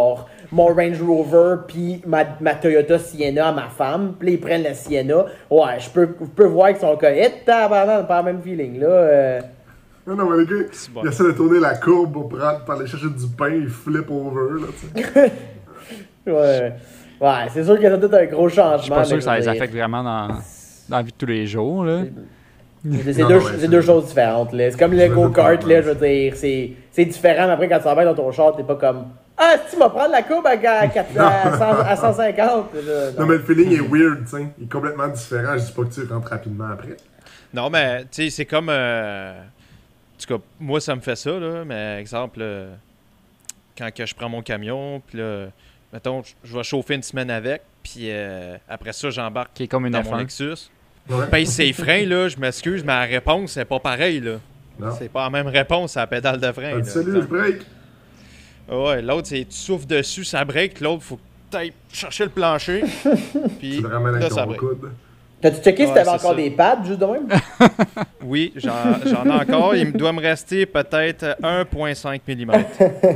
mon Range Rover puis ma, ma Toyota Sienna à ma femme. Puis là, ils prennent la Sienna. Ouais, je peux, je peux voir qu'ils sont comme, eh, tabarnak, pas le même feeling, là. Euh... Non, non, mais le gars, C'est bon. il essaie de tourner la courbe pour, prendre, pour aller chercher du pain, il flip over, là, tu sais. Ouais, ouais, c'est sûr qu'il y a tout un gros changement. Je suis pas sûr mais que ça je les veux dire, affecte vraiment dans, dans la vie de tous les jours. Là. C'est c'est Non, deux, ouais, c'est c'est- deux choses différentes. là. C'est comme le Je veux go-kart, pas, là, ouais. je veux dire. C'est c'est différent, mais après, quand tu embarques dans ton char, t'es pas comme ah, si tu vas prendre la courbe à, quatre- à, cent, à cent cinquante. Là, Non, mais le feeling est weird, tu sais. Il est complètement différent. Je dis pas que tu rentres rapidement après. Non, mais tu sais, c'est comme. euh, En tout cas, moi, ça me fait ça, là. Mais exemple, euh, quand que je prends mon camion, puis là, mettons, je- je vais chauffer une semaine avec, puis euh, après ça, j'embarque Qui est comme une dans F mon un. Lexus. Ouais. Paye ses freins, là, je m'excuse, mais la réponse, c'est pas pareil, là. Non. C'est pas la même réponse à la pédale de frein. T'as là, dit salut, je exemple. break. Ouais, l'autre, c'est tu souffles dessus, ça break. L'autre, faut que tu ailles chercher le plancher. Puis Tu le ramènes là, avec ça ton break. coude. T'as-tu checké si Ouais, t'avais c'est encore ça. des pads, juste de même? Oui, j'en j'en ai encore. Il me doit me rester peut-être un virgule cinq millimètres.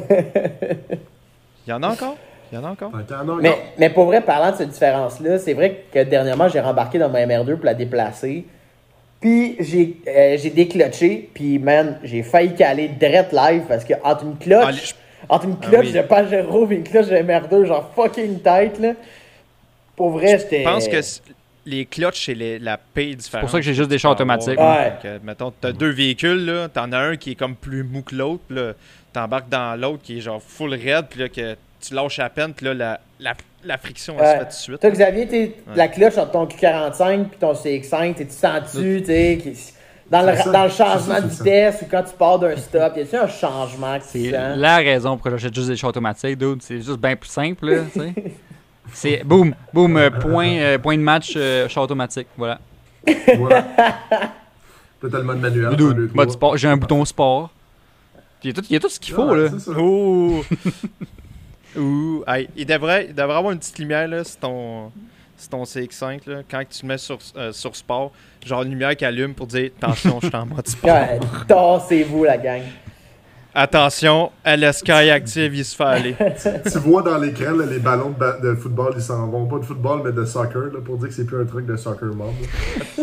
Il y en a encore? Il y en a encore? Fait qu'il y en a encore. Mais, mais pour vrai, parlant de cette différence-là, c'est vrai que dernièrement, j'ai rembarqué dans ma M R deux pour la déplacer. Puis j'ai euh, j'ai déclutché, puis man, j'ai failli caler direct live parce que entre une clutch, Ah, les- entre une Ah clutch oui. de Pajero et une clutch de M R deux, genre fucking tight, là. Pour vrai, j'étais. Je pense que c- les clutches, c'est les- la paye différente. C'est pour ça que j'ai juste des chars automatiques. Ouais. Donc, euh, mettons, t'as deux véhicules, là, t'en as un qui est comme plus mou que l'autre, puis là, t'embarques dans l'autre qui est genre full raide, puis là, que tu lâches à peine, puis là, la, la, la friction, elle se Ouais. fait tout de suite. Toi, Xavier, t'es la clutch entre ton Q quarante-cinq puis ton C X cinq, t'es-tu sens-tu, tu sais, qui- dans le, C'est ça. dans le changement C'est ça, de c'est ça. vitesse ou quand tu pars d'un stop, y a-tu un changement que tu C'est sens? la raison pourquoi j'achète juste des chars automatiques, dude. C'est juste bien plus simple, là, tu sais. C'est boum, boum, euh, point, euh, point de match, euh, char automatique, voilà. Voilà. Puis t'as le mode manuel. un, Dude, deux, mode trois. sport, j'ai un bouton sport. Il y a tout, il y a tout ce qu'il faut, Ouais, là. c'est ça. Ouh! Ouh! Hey, il, devrait, il devrait avoir une petite lumière, là, sur ton, sur ton C X cinq, là, quand tu le mets sur, euh, sur sport, genre une lumière qui allume pour dire « Attention, je suis en mode sport. Ouais, tassez-vous, la gang. Attention, L S K active, il se fait aller. » Tu vois dans l'écran, là, les ballons de, ba- de football, ils s'en vont. Pas de football, mais de soccer, là, pour dire que c'est plus un truc de soccer mode. là.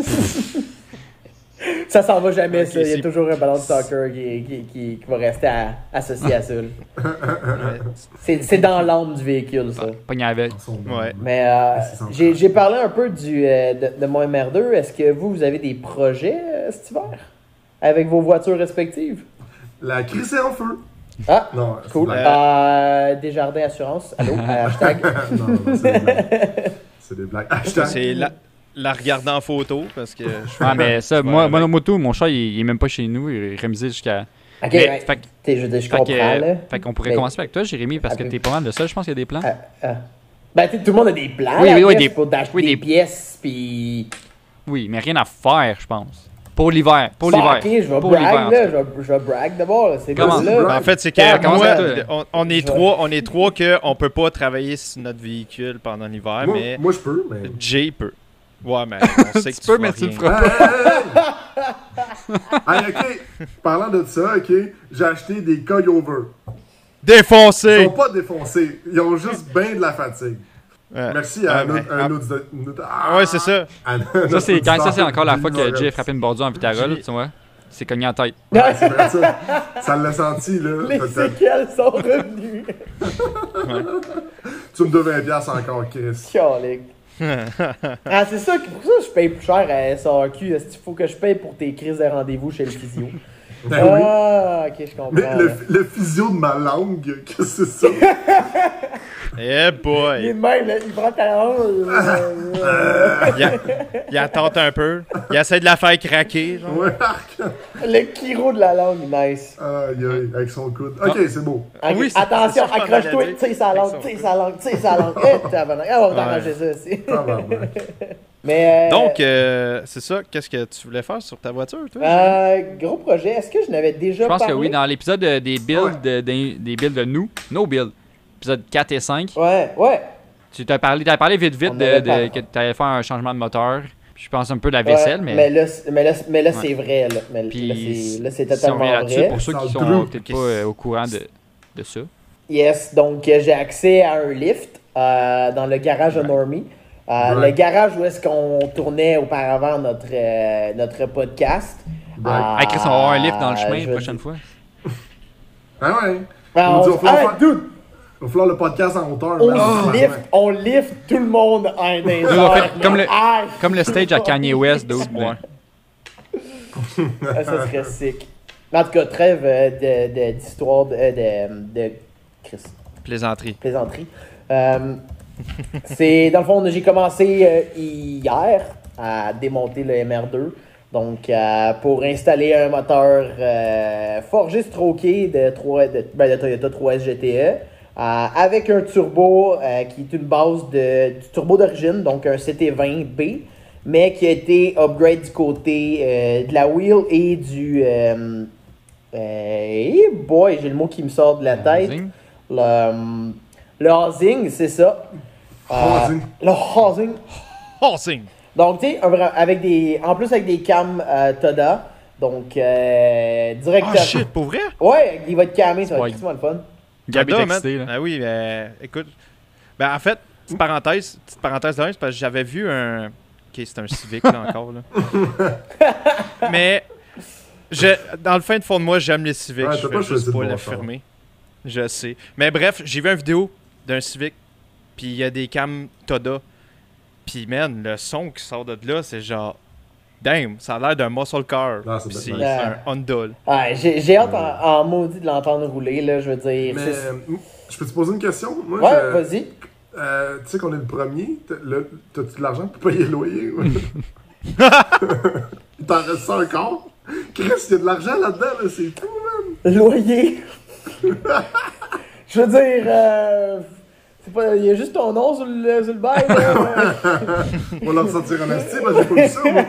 Ça s'en va jamais, Ok, ça. Il y a c'est- toujours un ballon de soccer qui, qui, qui, qui va rester à- associé à ça. là. Ouais. C'est c'est dans l'âme du véhicule, ça. Pogné avec. Ils sont Ouais. Mais euh, C'est central. j'ai j'ai parlé un peu du, euh, de, de mon M R deux. Est-ce que vous, vous avez des projets euh, cet hiver? Avec vos voitures respectives? La crise est en feu. Ah, Non, c'est cool. une blague. Euh, Desjardins Assurance. Allô? Euh, hashtag. non, non, c'est des blagues. C'est des blagues. Hashtag. C'est la, la regarder en photo, parce que je fais Ah, mais ça, Ouais, moi, ouais. moi, mon moto, mon chat, il, il est même pas chez nous. Il est remisé jusqu'à. Ok, Mais, ouais. fait que- T'sais, je veux dire, je Fait comprends, que- là. fait qu'on pourrait Mais- commencer avec toi, Jérémy, parce que Ok. t'es pas mal de ça. Je pense qu'il y a des plans. Ah, ah. Ben, tu sais, tout le monde a des plans. Oui, là, oui, oui, après, des- faut d'acheter oui, des, des- pièces, puis. Oui, mais rien à faire, je pense. Pour l'hiver. Pour Bon, l'hiver. ok, je vais Pour brag, l'hiver, en là. tout Je vais, je vais brag d'abord, là. C'est Comment? bon, là. Brag. En fait, c'est Comment que moi, ça? on, on est Je- trois, on est trois que on peut pas travailler sur notre véhicule pendant l'hiver, Moi, mais moi, je peux, mais. Jay peut. Ouais, mais on sait que Tu tu peux, feras mais tu le rien. feras pas. Hey, hey, ok. Parlant de ça, ok, j'ai acheté des coilovers. Ils Défoncé! sont pas défoncés, ils ont juste bien de la fatigue. Ouais. Merci à Ouais, un mais- autre. un autre- un autre- Ah, ouais, c'est ça. à Ça, notre c'est quand ça, c'est encore la fois auditeur, que Jay a frappé une bordure en Vitara, là, Jay- tu vois. C'est cogné en tête. Ouais, c'est vrai, ça. Ça l'a senti, là. Les Peut-être. séquelles sont revenues. Tu me dois vingt piastres encore, Chris. Calique. Ah, c'est ça, que- pour ça que je paye plus cher à S A Q. Est-ce qu'il faut que je paye pour tes crises de rendez-vous chez le physio? Ben oui. Ah, ok, je comprends. Mais là. le, le physio de ma langue, qu'est-ce que c'est ça? Eh Il est boy! de même, là, il prend ta langue. euh, Il, a- il attend un peu. Il essaie de la faire craquer. Genre. Ouais, arc. Le Kiro de la langue, nice. Aïe, aïe, avec son coude. Ok, c'est beau. Ok, oui, c'est- attention, c'est ça que je m'en accroche-toi, allais tu sais sa dire. langue, tu sais sa langue, tu sais sa langue. Eh, tabarnak. Ah, on va t'arranger ça aussi. Tabarnak. Mais, euh, Donc, euh, c'est ça. Qu'est-ce que tu voulais faire sur ta voiture, toi? euh, gros projet, est-ce que je n'avais déjà Je pense que parlé? oui, dans l'épisode euh, des builds, Ouais. de, des, des builds de nous, nos builds, épisode quatre et cinq, Ouais, ouais. tu t'as parlé, t'as parlé vite vite On de, avait de- parlé. que tu allais faire un changement de moteur. Puis je pense un peu de la vaisselle, Ouais, mais, là, c'est- mais là, mais là Ouais. c'est vrai. Là, mais puis là, c'est, là, c'est si on revient totalement là-dessus, vrai. pour ceux qui Sans sont trou. peut-être pas euh, au courant de, de ça. Yes, donc euh, j'ai accès à un lift euh, dans le garage de Normie. Euh, Right. Le garage où est-ce qu'on tournait auparavant notre, euh, notre podcast. Right. Euh, Hey, Chris, on va avoir un lift dans le chemin je la veux prochaine dire- fois. Ah ouais. Ben, On on- dit, on va Hey, faire- dude, Il va falloir le podcast en hauteur. on man. lift, on lift tout le monde à un des on heures, fait comme mais le- aïe, Comme le stage à Kanye West, d'autres. Ouais. ah, ça serait sick. En tout cas, trêve euh, de, de, d'histoire de, de, de Chris, Plaisanterie. plaisanterie. Euh, c'est dans le fond, j'ai commencé euh, hier à démonter le M R deux. Donc, euh, pour installer un moteur euh, forgé stroké de, trois, de, ben, de Toyota trois S G T E euh, avec un turbo euh, qui est une base de, du turbo d'origine, donc un C T vingt B, mais qui a été upgrade du côté euh, de la wheel et du. Euh, euh, eh boy, j'ai le mot qui me sort de la tête. Zing. Le, le housing, c'est ça. Euh, Housing. Le housing. Horsing! Donc, tu sais, un vrai- avec des, en plus avec des cams euh, Toda. Donc, euh, directement. Ah shit, pour vrai? Ouais, il va être camé, ça va Ouais. être extrêmement le fun. Gab est J'adore, excité, man. là. Ah oui, ben, écoute. Ben, en fait, petite parenthèse, petite parenthèse de un, c'est parce que j'avais vu un. Ok, c'est un Civic, là, encore, là. Mais, je, dans le fin de fond de moi, j'aime les Civics. Ouais, je t'as vais pas juste choisi le pas bon l'affirmer. Je sais. Mais bref, j'ai vu une vidéo d'un Civic, puis il y a des cams Toda. Puis, man, le son qui sort de là, c'est genre. Damn, ça a l'air d'un muscle car. Ah, c'est Puis c'est nice. Ouais. un Honda. là. Ouais, j'ai, j'ai hâte en, en maudit de l'entendre rouler, là, je veux dire. Mais c'est- euh, je peux te poser une question? Moi, Ouais, je- vas-y. Euh, tu sais qu'on est le premier. T'as- le- T'as-tu de l'argent pour payer le loyer? Ouais. Il t'en reste ça encore? Chris, il y a de l'argent là-dedans, là, c'est fou, man! Loyer. Je veux dire, euh, c'est pas, il y a juste ton nom sur le, sur le bail, là. On va leur sortir un asti, parce que j'ai pas vu ça, moi.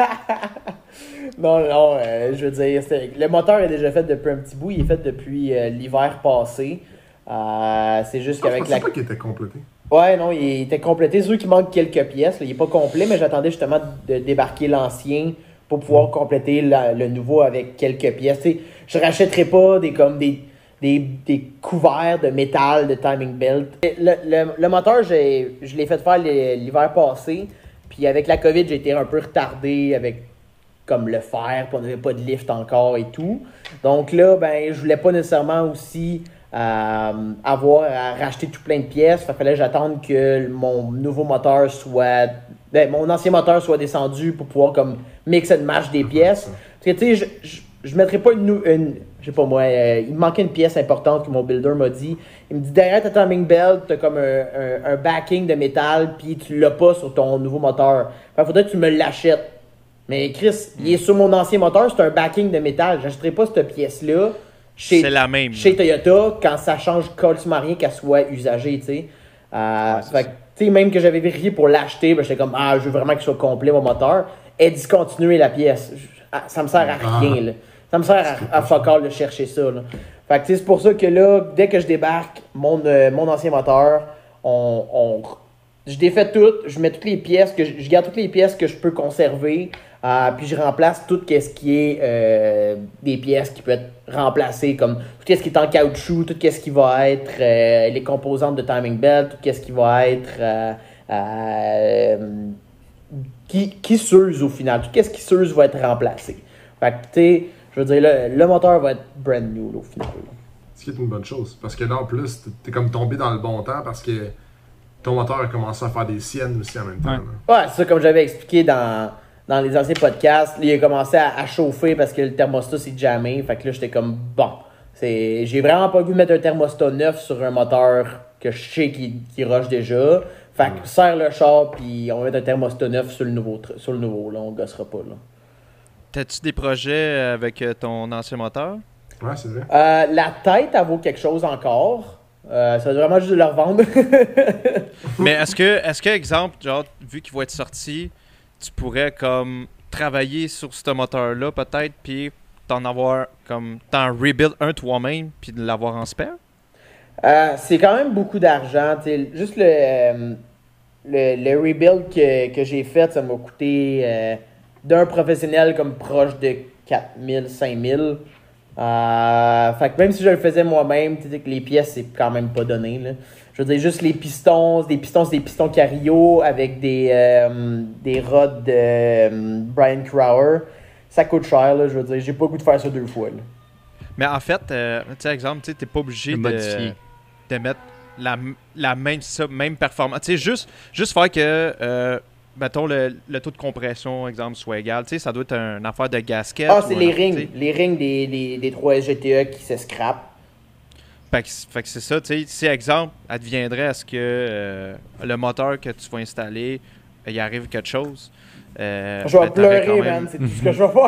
Non, non, euh, je veux dire, c'était- le moteur est déjà fait depuis un petit bout. Il est fait depuis euh, l'hiver passé. Euh, c'est juste Ah, je qu'avec pensais la. pas qu'il était complété. Ouais, non, il était complété. C'est sûr qu'il manque quelques pièces. Là. Il est pas complet, mais j'attendais justement de débarquer l'ancien pour pouvoir compléter la- le nouveau avec quelques pièces. Tu sais, je rachèterai pas des comme des, des, des couverts de métal de timing belt. Le, le, le moteur, j'ai, je l'ai fait faire l'hiver passé. Puis avec la COVID, j'ai été un peu retardé avec comme le fer, puis on n'avait pas de lift encore et tout. Donc là, ben, je voulais pas nécessairement aussi euh, avoir à racheter tout plein de pièces. Fait fallait que j'attende que mon nouveau moteur soit... Ben, mon ancien moteur soit descendu pour pouvoir comme mix and match des pièces. Parce que tu sais, je, je, je mettrais pas une... nou- une je sais pas moi, euh, il me manquait une pièce importante que mon builder m'a dit. Il me dit, derrière ta timing belt, t'as comme un, un, un backing de métal, puis tu l'as pas sur ton nouveau moteur. Fait faudrait que tu me l'achètes. Mais Chris, il est sur mon ancien moteur, c'est un backing de métal. J'achèterai pas cette pièce-là chez, C'est la même. chez Toyota quand ça change carrément rien qu'elle soit usagée, tu sais. Euh, Ouais, c'est fait que, tu sais, même que j'avais vérifié pour l'acheter, ben, j'étais comme, ah, je veux vraiment qu'il soit complet mon moteur. Et discontinuer la pièce. Je- ah, ça me sert à rien, là. Ça me sert à, à fuck all de chercher ça, là. Fait que, tu sais, c'est pour ça que là, dès que je débarque, mon, euh, mon ancien moteur, on, on, je défais tout, je mets toutes les pièces, que je, je garde toutes les pièces que je peux conserver, euh, puis je remplace tout ce qui est euh, des pièces qui peuvent être remplacées, comme tout ce qui est en caoutchouc, tout ce qui va être euh, les composantes de timing belt, tout ce qui va être euh, euh, qui, qui s'use au final, tout ce qui s'use va être remplacé. Fait que, tu sais, je veux dire, le, le moteur va être brand new là, au final. là. Ce qui est une bonne chose. Parce que là, en plus, t'es- t'es comme tombé dans le bon temps parce que ton moteur a commencé à faire des siennes aussi en même temps. Ouais. là. Ouais, c'est ça, comme j'avais expliqué dans, dans les anciens podcasts, là, il a commencé à, à chauffer parce que le thermostat s'est jammé. Fait que là, j'étais comme, bon, c'est, j'ai vraiment pas le goût de mettre un thermostat neuf sur un moteur que je sais qui, qui rush déjà. Fait que serre le char, puis on va mettre un thermostat neuf sur le nouveau, tr- sur le nouveau là, on gossera pas, là. T'as-tu des projets avec euh, ton ancien moteur? Ouais, c'est vrai. Euh, la tête, elle vaut quelque chose encore. Euh, ça va être vraiment juste de le revendre. Mais est-ce que, est-ce que, exemple, genre, vu qu'il va être sorti, tu pourrais comme travailler sur ce moteur-là peut-être, puis t'en avoir comme t'en rebuild un toi-même, puis de l'avoir en spare? Euh, c'est quand même beaucoup d'argent. T'sais, juste le, euh, le, le rebuild que, que j'ai fait, ça m'a coûté euh, d'un professionnel comme proche de quatre mille, cinq mille. Euh, fait que même si je le faisais moi-même, tu sais que les pièces, c'est quand même pas donné, là. Je veux dire, juste les pistons, des pistons, c'est des pistons Cario avec des, euh, des rods de euh, Brian Crower. Ça coûte cher, là. Je veux dire, j'ai pas le goût de faire ça deux fois, là. Mais en fait, euh, tu sais, exemple, tu sais, t'es pas obligé Le de, modifier. de mettre la, la même, ça, même performance. Tu sais, juste, juste faire que, euh, mettons, le, le taux de compression, exemple, soit égal. Tu sais, ça doit être une affaire de gasket. Ah, c'est ou les un- rings. tu sais. Les rings des, des, des trois S G T E qui se scrapent. Fait que, fait que c'est ça, tu sais. Si, exemple, adviendrait à ce que euh, le moteur que tu vas installer, euh, il arrive quelque chose. Euh, Je vais ben, t'aurais pleurer, quand même- man. C'est tout ce que je vais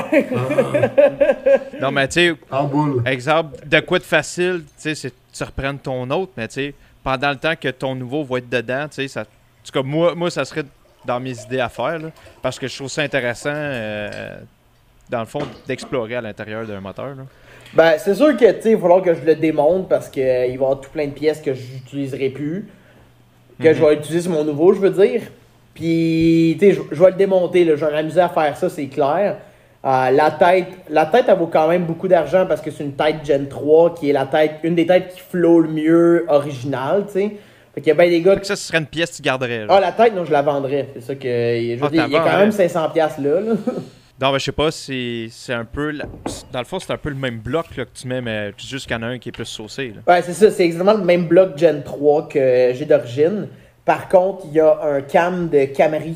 faire. Non, mais tu sais, En boule. exemple, de quoi de facile, tu sais, c'est que tu reprennes ton autre, mais tu sais, pendant le temps que ton nouveau va être dedans, tu sais, ça. En tout cas, moi, moi, ça serait dans mes idées à faire, là, parce que je trouve ça intéressant, euh, dans le fond, d'explorer à l'intérieur d'un moteur, là. Ben, c'est sûr que, tu sais, il va falloir que je le démonte parce qu'il va y avoir tout plein de pièces que j'utiliserai plus. Que Mhm. je vais utiliser sur mon nouveau, je veux dire. Puis, tu sais, je, je vais le démonter, là. Je vais m'amuser à faire ça, c'est clair. Euh, la tête, la tête, elle vaut quand même beaucoup d'argent parce que c'est une tête Gen trois qui est la tête, une des têtes qui flow le mieux originale, tu sais. Fait qu'il y a bien des gars Fait que ça, ce serait une pièce que tu garderais, là. Ah, la tête, non, je la vendrais. C'est ça que. Je veux Ah, dire, t'as il y a quand vendu. même cinq cents piastres là, là. Non, mais je sais pas, c'est c'est un peu. la- Dans le fond, c'est un peu le même bloc là, que tu mets, mais juste qu'il y en a un qui est plus saucé, là. Ouais, c'est ça. C'est exactement le même bloc Gen trois que j'ai d'origine. Par contre, il y a un cam de Camry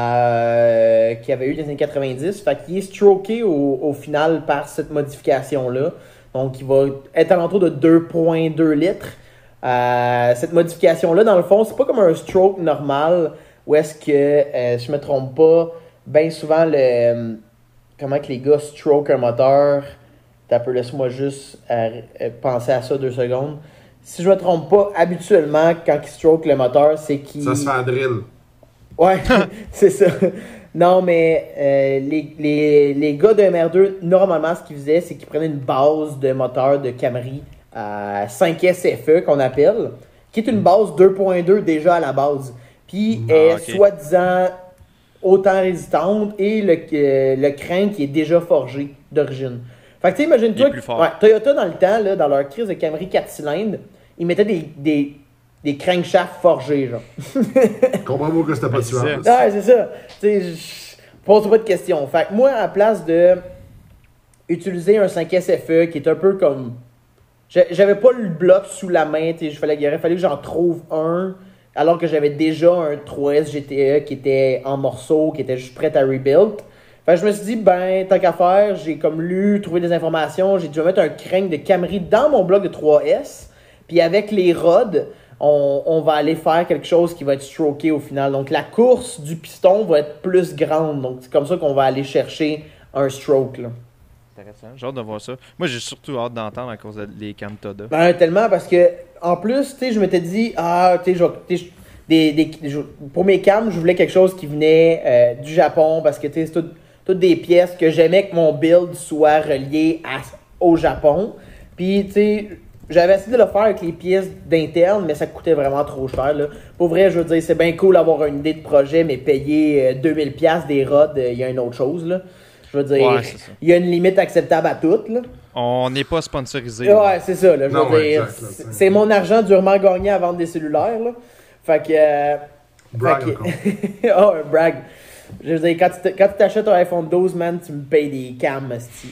euh, qui avait eu dans les années quatre-vingt-dix. Fait qu'il est stroké au, au final par cette modification-là. Donc, il va être à l'entour de deux virgule deux litres. Euh, cette modification-là, dans le fond, c'est pas comme un stroke normal où est-ce que, euh, si je me trompe pas, bien souvent, le, euh, comment que les gars stroke un moteur. T'as peu, laisse-moi juste euh, euh, penser à ça deux secondes. Si je me trompe pas, habituellement, quand ils stroke le moteur, c'est qu'ils... Ça se fait à drill. Ouais, c'est ça. Non, mais euh, les, les, les gars de M R deux, normalement, ce qu'ils faisaient, c'est qu'ils prenaient une base de moteur de Camry à cinq S F E, qu'on appelle, qui est une base deux virgule deux déjà à la base. Puis, Ah, est ok. soi-disant autant résistante et le, euh, le crin qui est déjà forgé d'origine. Fait que tu sais, imagine-toi, Il est plus fort. ouais, Toyota dans le temps, là, dans leur crise de Camry quatre cylindres, ils mettaient des, des, des crankshafts forgés, genre. Comprends-moi que c'était pas Ben, c'est tuable. Ouais, c'est ça. Tu sais, je pose pas de questions. Fait que moi, à la place de utiliser un cinq S F E qui est un peu comme. J'a- J'avais pas le bloc sous la main, tu sais, il fallait, il aurait fallu que j'en trouve un, alors que j'avais déjà un trois S G T E qui était en morceaux, qui était juste prêt à rebuild. Fait que je me suis dit, ben, tant qu'à faire, j'ai comme lu, trouvé des informations, j'ai dû mettre un crank de Camry dans mon bloc de trois S, puis avec les rods, on, on va aller faire quelque chose qui va être stroké au final. Donc la course du piston va être plus grande, donc c'est comme ça qu'on va aller chercher un stroke, là. Intéressant. J'ai hâte de voir ça. Moi, j'ai surtout hâte d'entendre à cause des cams Toda. Ben, tellement parce que, en plus, tu sais, je m'étais dit, ah, tu sais, je vais- tu sais, je- des, des, je- pour mes cams, je voulais quelque chose qui venait euh, du Japon parce que, tu sais, c'est tout- toutes des pièces que j'aimais que mon build soit relié à, au Japon. Puis, tu sais, j'avais essayé de le faire avec les pièces d'interne, mais ça coûtait vraiment trop cher, là. Pour vrai, je veux dire, c'est bien cool d'avoir une idée de projet, mais payer euh, deux mille dollars des rods, il y a une autre chose, là. Je veux dire, Ouais, c'est ça. il y a une limite acceptable à tout, là. On n'est pas sponsorisé. là. Ouais, c'est ça, là. Je veux Non, ouais, dire, exact, là, c'est- c'est- c'est mon argent durement gagné à vendre des cellulaires, là. Fait que. euh, Brag fait encore. que- oh, un brag. Je veux dire, quand tu t- quand tu t'achètes un iPhone douze, man, tu me payes des cams, esti.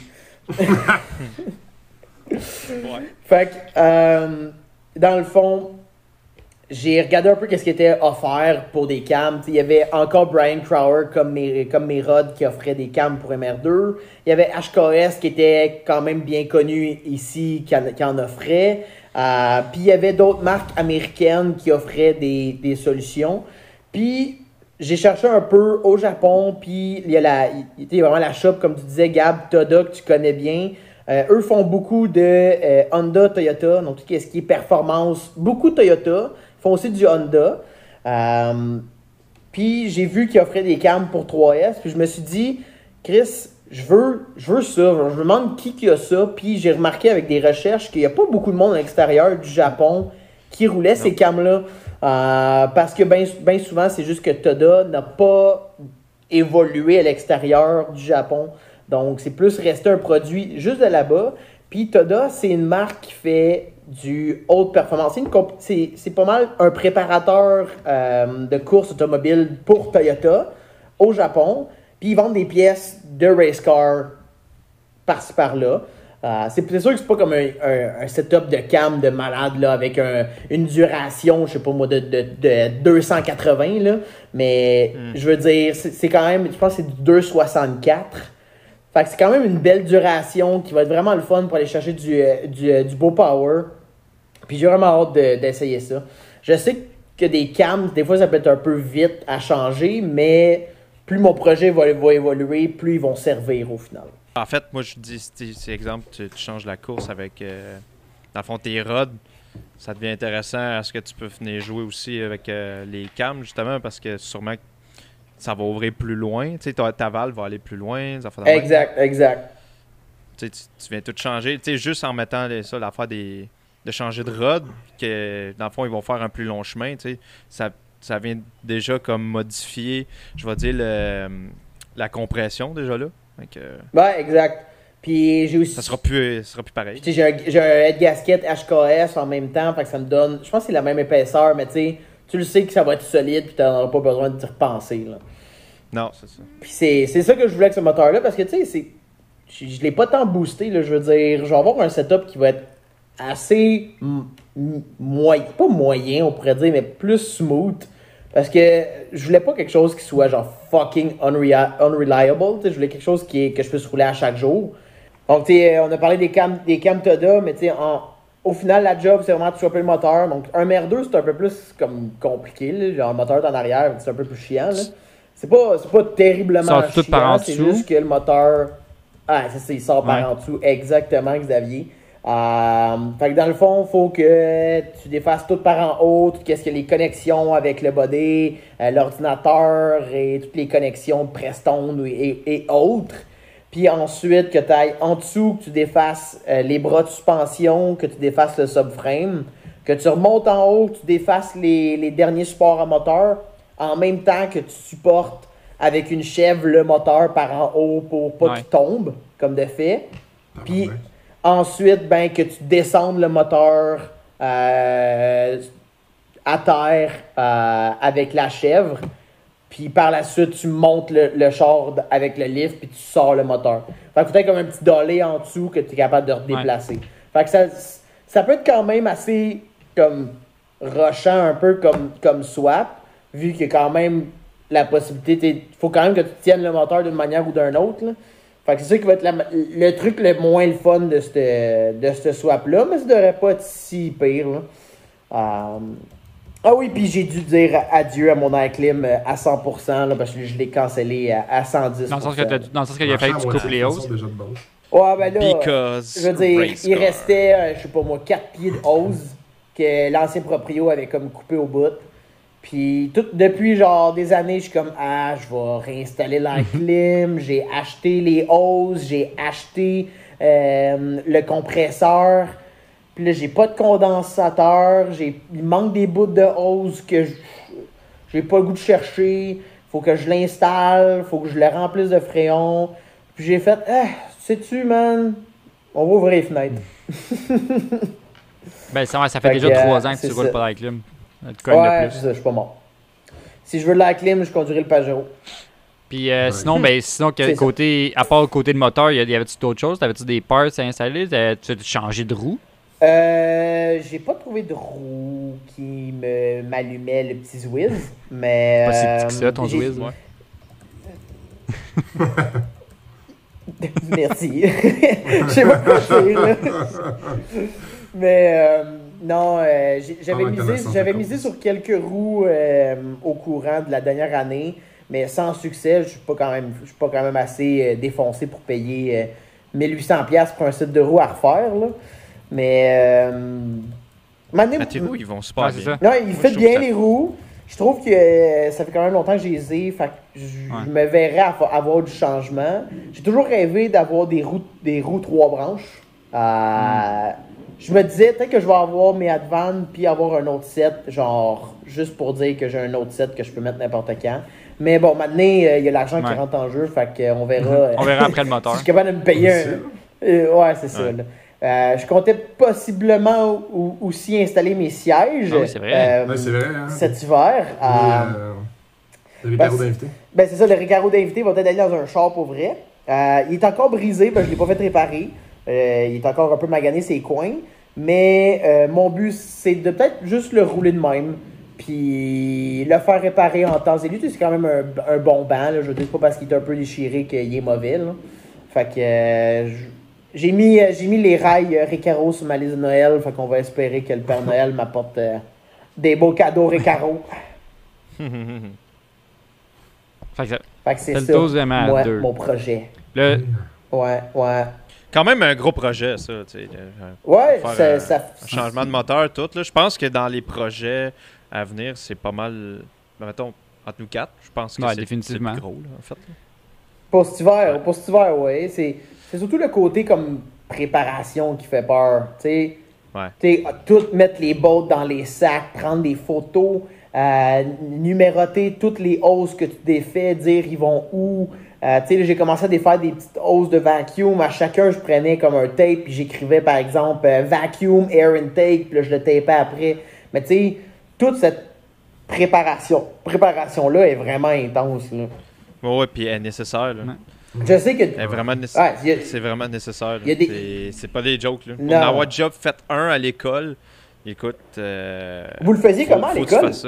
Ouais. Fait que, euh, dans le fond, j'ai regardé un peu qu'est-ce qui était offert pour des cams. T'sais, il y avait encore Brian Crower comme mes, comme mes rods qui offrait des cams pour M R deux. Il y avait H K S qui était quand même bien connu ici, qui en, qui en offrait. Euh, Puis il y avait d'autres marques américaines qui offraient des, des solutions. Puis j'ai cherché un peu au Japon, puis il y a la, il y a vraiment la shop, comme tu disais, Gab, Toda, que tu connais bien. Euh, eux font beaucoup de euh, Honda, Toyota, donc tout ce qui est performance, beaucoup Toyota. Ils font aussi du Honda. Euh, puis j'ai vu qu'ils offraient des cams pour trois S, puis je me suis dit, Chris, je veux, je veux ça. Je me demande qui qui a ça, puis j'ai remarqué avec des recherches qu'il n'y a pas beaucoup de monde à l'extérieur du Japon qui roulait ces cams-là. Euh, parce que bien ben souvent, c'est juste que Toda n'a pas évolué à l'extérieur du Japon. Donc, c'est plus resté un produit juste de là-bas. Puis Toda, c'est une marque qui fait du haute performance. C'est, une comp- c'est, c'est pas mal un préparateur euh, de course automobile pour Toyota au Japon. Puis ils vendent des pièces de race car par-ci par-là. Euh, c'est, c'est sûr que c'est pas comme un, un, un setup de cam de malade là, avec un, une duration, je sais pas moi, de, de, de deux cent quatre-vingts. Là. Mais mm. je veux dire, c'est, c'est quand même, je pense que c'est du deux virgule soixante-quatre. Fait que c'est quand même une belle duration qui va être vraiment le fun pour aller chercher du, du, du beau power. Puis j'ai vraiment hâte de, d'essayer ça. Je sais que des cams, des fois, ça peut être un peu vite à changer, mais plus mon projet va, va évoluer, plus ils vont servir au final. En fait, moi, je dis, c'est exemple, tu, tu changes la course avec, euh, dans le fond, tes rods. Ça devient intéressant. Est-ce que tu peux venir jouer aussi avec euh, les cams, justement, parce que sûrement ça va ouvrir plus loin. Tu sais, ta, ta valve va aller plus loin. Ça fait exact, exact. Tu, sais, tu, tu viens tout changer. Tu sais, juste en mettant les, ça, l'affaire des, de changer de rod, que dans le fond, ils vont faire un plus long chemin. Tu sais, ça, ça vient déjà comme modifier, je vais dire, le, la compression déjà là. Donc, euh, ouais, exact. Puis j'ai aussi. Ça sera plus, ça sera plus pareil. J'ai un, j'ai un head gasket H K S en même temps, fait que ça me donne. Je pense que c'est la même épaisseur, mais tu sais, tu le sais que ça va être solide, puis tu n'auras pas besoin de t'y repenser. Là. Non, c'est ça. Puis c'est, c'est ça que je voulais avec ce moteur-là, parce que tu sais, c'est. Je, je l'ai pas tant boosté, là, je veux dire. Je vais avoir un setup qui va être assez m- m- moyen. Pas moyen, on pourrait dire, mais plus smooth. Parce que je voulais pas quelque chose qui soit genre fucking unrea- unreliable. Je voulais quelque chose qui est, que je puisse rouler à chaque jour. Donc, tu sais, on a parlé des cams, des cams Toda, mais tu sais, au final, la job, c'est vraiment de swapper le moteur. Donc, un M R deux, c'est un peu plus comme compliqué. Là. Genre, le moteur est en arrière, c'est un peu plus chiant. Là. C'est pas, c'est pas terriblement sort chiant. Tout par en c'est dessous. juste que le moteur. Ah, c'est ça, il sort par Ouais. en dessous. Exactement, Xavier. Euh, fait que dans le fond, il faut que tu défasses tout par en haut, tout ce qui est les connexions avec le body, euh, l'ordinateur et toutes les connexions Prestone et, et autres. Puis ensuite, que tu ailles en dessous, que tu défasses euh, les bras de suspension, que tu défasses le subframe, que tu remontes en haut, que tu défasses les, les derniers supports à moteur, en même temps que tu supportes avec une chèvre le moteur par en haut pour pas Ouais. qu'il tombe, comme de fait. Puis ouais. ensuite, ben, que tu descendes le moteur euh, à terre euh, avec la chèvre. Puis par la suite, tu montes le, le char d- avec le lift, puis tu sors le moteur. Fait que peut-être comme un petit dolly en dessous que tu es capable de redéplacer. Fait que ça, ça peut être quand même assez comme rushant, un peu comme, comme swap, vu qu'il y a quand même la possibilité. Il faut quand même que tu tiennes le moteur d'une manière ou d'une autre. Là. Fait que c'est ça qui va être la, le truc le moins le fun de ce de ce swap-là, mais ça devrait pas être si pire. Là. Euh, Ah oui, puis j'ai dû dire adieu à mon air clim à cent pour cent là, parce que je l'ai cancellé à, à cent dix pour cent. Dans le sens que t'as- dans le sens qu'il a fallu que tu coupes les hausses. Déjà de base. Ouais, ben là, Because je veux dire, race il car. restait, euh, je sais pas moi, quatre pieds de hose que l'ancien proprio avait comme coupé au bout. Puis tout, depuis genre des années, je suis comme, ah, je vais réinstaller l'air clim, j'ai acheté les hoses, j'ai acheté euh, le compresseur. Puis là, j'ai pas de condensateur, j'ai, il manque des bouts de hose que je- j'ai pas le goût de chercher. Faut que je l'installe, faut que je le remplisse de fréon. Puis j'ai fait, ah, sais-tu, man, on va ouvrir les fenêtres. Ben, ça, ça fait, Fait déjà que, trois ans que c'est tu roules ça. pas dans la clim. Tu cognes Ouais, de c'est plus. ça, je suis pas mort. Si je veux de la clim, je conduirai le Pajero. Puis euh, Ouais. sinon, ben, sinon que, C'est ça. côté, à part le côté de moteur, y, a- y avait-tu d'autres choses? T'avais-tu des parts à installer? T'avais- Tu as changé de roue? Euh, j'ai pas trouvé de roue qui me m'allumait le petit Zwiz, mais... Pas si petit que euh, ça, ton j'ai- Zwiz. Merci. Je sais pas quoi dire, là. Mais euh, non, euh, j'ai- j'avais Ah ouais, misé, connaissance j'avais de misé cause. sur quelques roues euh, au courant de la dernière année, mais sans succès. Je suis pas quand même, je suis pas quand même assez euh, défoncé pour payer euh, mille huit cents dollars pour un set de roues à refaire. Là. Mais euh, maintenant, Ah, tes roues, ils vont super Ouais, c'est bien. ça. non, il Moi, fait je trouve bien ça- les roues. Je trouve que euh, ça fait quand même longtemps que je les ai. Fait que je, je me verrais avo- avoir du changement. J'ai toujours rêvé d'avoir des roues, des roues trois branches. Euh, Je me disais peut-être que je vais avoir mes Advan puis avoir un autre set, genre juste pour dire que j'ai un autre set que je peux mettre n'importe quand. Mais bon, maintenant, euh, il y a l'argent qui Ouais. rentre en jeu. Fait qu'on verra. On verra après le Si moteur. je suis capable de me payer un. Aussi. Euh, ouais, c'est ça. Ouais. là. Euh, je comptais possiblement ou- aussi installer mes sièges Ah oui, c'est vrai. euh, Ouais, c'est vrai, hein. cet hiver. Et, Euh, euh, le Ricardo ben, d'invité. ben c'est ça, le Recaro d'invité va peut-être aller dans un char pour vrai. Euh, il est encore brisé, ben, je ne l'ai pas fait réparer. Euh, il est encore un peu magané ses coins. Mais euh, mon but, c'est de peut-être juste le rouler de même. Puis le faire réparer en temps et lieu. Tu sais, c'est quand même un, un bon banc. Là. Je veux dire, c'est pas parce qu'il est un peu déchiré qu'il est mauvais. Là. Fait que euh, j- j'ai mis, euh, j'ai mis les rails euh, Recaro sur ma liste de Noël. Fait qu'on va espérer que le Père Noël m'apporte euh, des beaux cadeaux Recaro. Fait que ça- Fait que c'est C'est le ça, deuxième à moi, deux. mon projet. le, Ouais, ouais. Quand même un gros projet, ça. Tu sais, de- Ouais, faire, ça, euh, ça, un changement de moteur, tout. Là. Je pense que dans les projets à venir, c'est pas mal. Ben, mettons, entre nous quatre, je pense que Ouais, c'est définitivement. c'est le plus gros, là, en fait. là. Pour cet hiver, pour cet hiver, ouais. C'est, c'est surtout le côté comme préparation qui fait peur. Tu sais, Ouais. Tu sais, tout mettre les bottes dans les sacs, prendre des photos, euh, numéroter toutes les hausses que tu défais, dire ils vont où. Euh, tu sais, là, j'ai commencé à défaire des petites hausses de vacuum. À chacun, je prenais comme un tape, puis j'écrivais par exemple euh, vacuum, air intake, puis là, je le tapais après. Mais tu sais, toute cette préparation, préparation-là est vraiment intense. Là. Ouais, ouais, puis elle est nécessaire. Là. Ouais. Je sais que. Elle est vraiment nécessaire. Ouais, il y a- C'est vraiment nécessaire. il y a des- C'est- C'est pas des jokes. Là. Pour Non. en avoir déjà fait un à l'école, écoute. Euh, Vous le faisiez faut- comment à faut que tu l'école? fasses ça.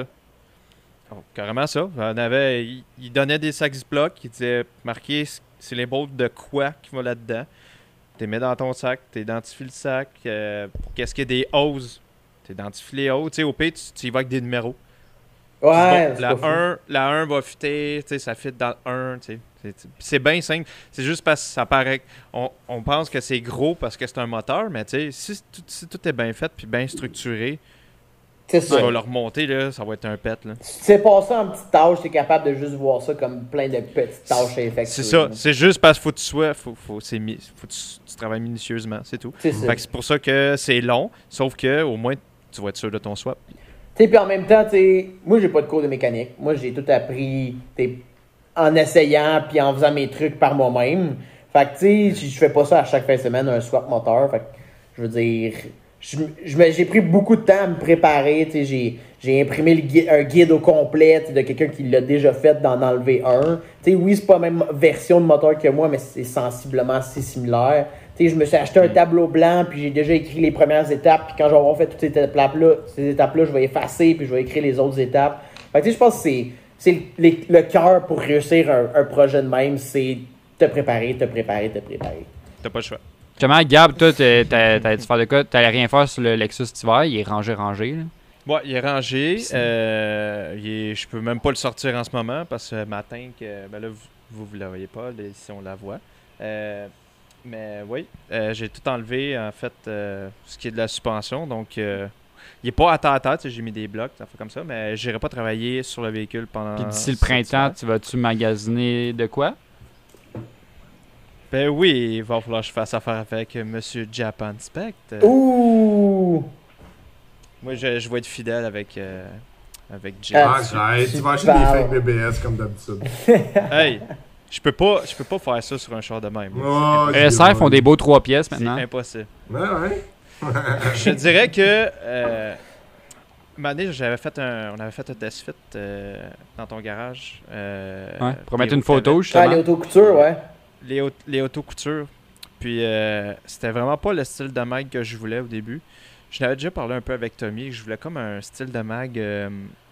Oh, carrément ça. On avait, il, il donnait des sacs Ziploc, il disait marqué c'est les bolts de quoi qui vont là-dedans. Tu les mets dans ton sac, tu identifies le sac. Euh, pour qu'est-ce qu'il y a des hausses, tu identifies les hausses. Tu sais, au pire, tu, tu y vas avec des numéros. Ouais, Bon, c'est la, pas fou. un, la un va fitter, tu sais, ça fit dans le un. tu sais. C'est- C'est bien simple. C'est juste parce que ça paraît. On, on pense que c'est gros parce que c'est un moteur, mais tu sais, si, tout- si tout est bien fait puis bien structuré, C'est tu ça. vas le remonter, là, ça va être un pet. Là. Si tu sais passer en petites tâches, t'es capable de juste voir ça comme plein de petites tâches à effectuer. C'est ça. là. C'est juste parce qu'il faut que tu sois. Faut, faut, c'est mi- faut que tu, tu travailles minutieusement, c'est tout. C'est ça. Fait que c'est pour ça que c'est long, sauf que au moins tu vas être sûr de ton swap. Tu sais, puis en même temps, tu sais, moi, j'ai pas de cours de mécanique. Moi, j'ai tout appris t'sais, en essayant puis en faisant mes trucs par moi-même. Fait que, tu sais, je fais pas ça à chaque fin de semaine, un swap moteur. Fait que, je veux dire, je- je me- j'ai pris beaucoup de temps à me préparer. Tu sais, j'ai, j'ai imprimé le gui- un guide au complet t'sais, de quelqu'un qui l'a déjà fait d'en enlever un. Tu sais, oui, c'est pas la même version de moteur que moi, mais c'est sensiblement assez similaire. Tu sais, je me suis acheté un tableau blanc, puis j'ai déjà écrit les premières étapes, puis quand je vais avoir fait toutes ces étapes-là, ces étapes-là, je vais effacer, puis je vais écrire les autres étapes. Fait que, tu sais, je pense que c'est, c'est le, les- le cœur pour réussir un, un projet de même, c'est te préparer, te préparer, te préparer. T'as pas le choix. Justement, Gab, toi, t'as- t'as- t'allais-tu faire de quoi? T'allais rien faire sur le Lexus cet hiver, il est rangé, rangé. Là. Ouais, il est rangé. Euh, il est- je peux même pas le sortir en ce moment parce que ma tank, euh, ben là, vous, vous, la voyez pas, là, ici on la voit. Euh, mais oui, euh, j'ai tout enlevé, en fait, euh, ce qui est de la suspension. Donc, euh, il est pas à terre à terre, tu sais, j'ai mis des blocs, ça fait comme ça, mais j'irai pas travailler sur le véhicule pendant. Puis d'ici le cet printemps, hiver. tu vas-tu magasiner de quoi? Ben oui, il va falloir que je fasse affaire avec euh, Monsieur Japan Spect. Euh, Ouh! Moi, je, je vais être fidèle avec, euh, avec Jay. Ah, là-dessus. Arrête, tu tu vas acheter des parles. fake B B S comme d'habitude. Hey, je peux pas, je peux pas faire ça sur un char de même. Oh, E S R font des beaux trois pièces C'est maintenant. impossible. Ouais, ouais. Je dirais que euh, Mané, j'avais fait un, on avait fait un test fit euh, dans ton garage. Euh, Ouais, pour mettre Léo, une photo, t'avais- Ah, justement. les autocoutures, ouais. Les, haut- les auto-coutures. Puis euh, c'était vraiment pas le style de mag que je voulais au début. Je n'avais déjà parlé un peu avec Tommy. Je voulais comme un style de mag euh,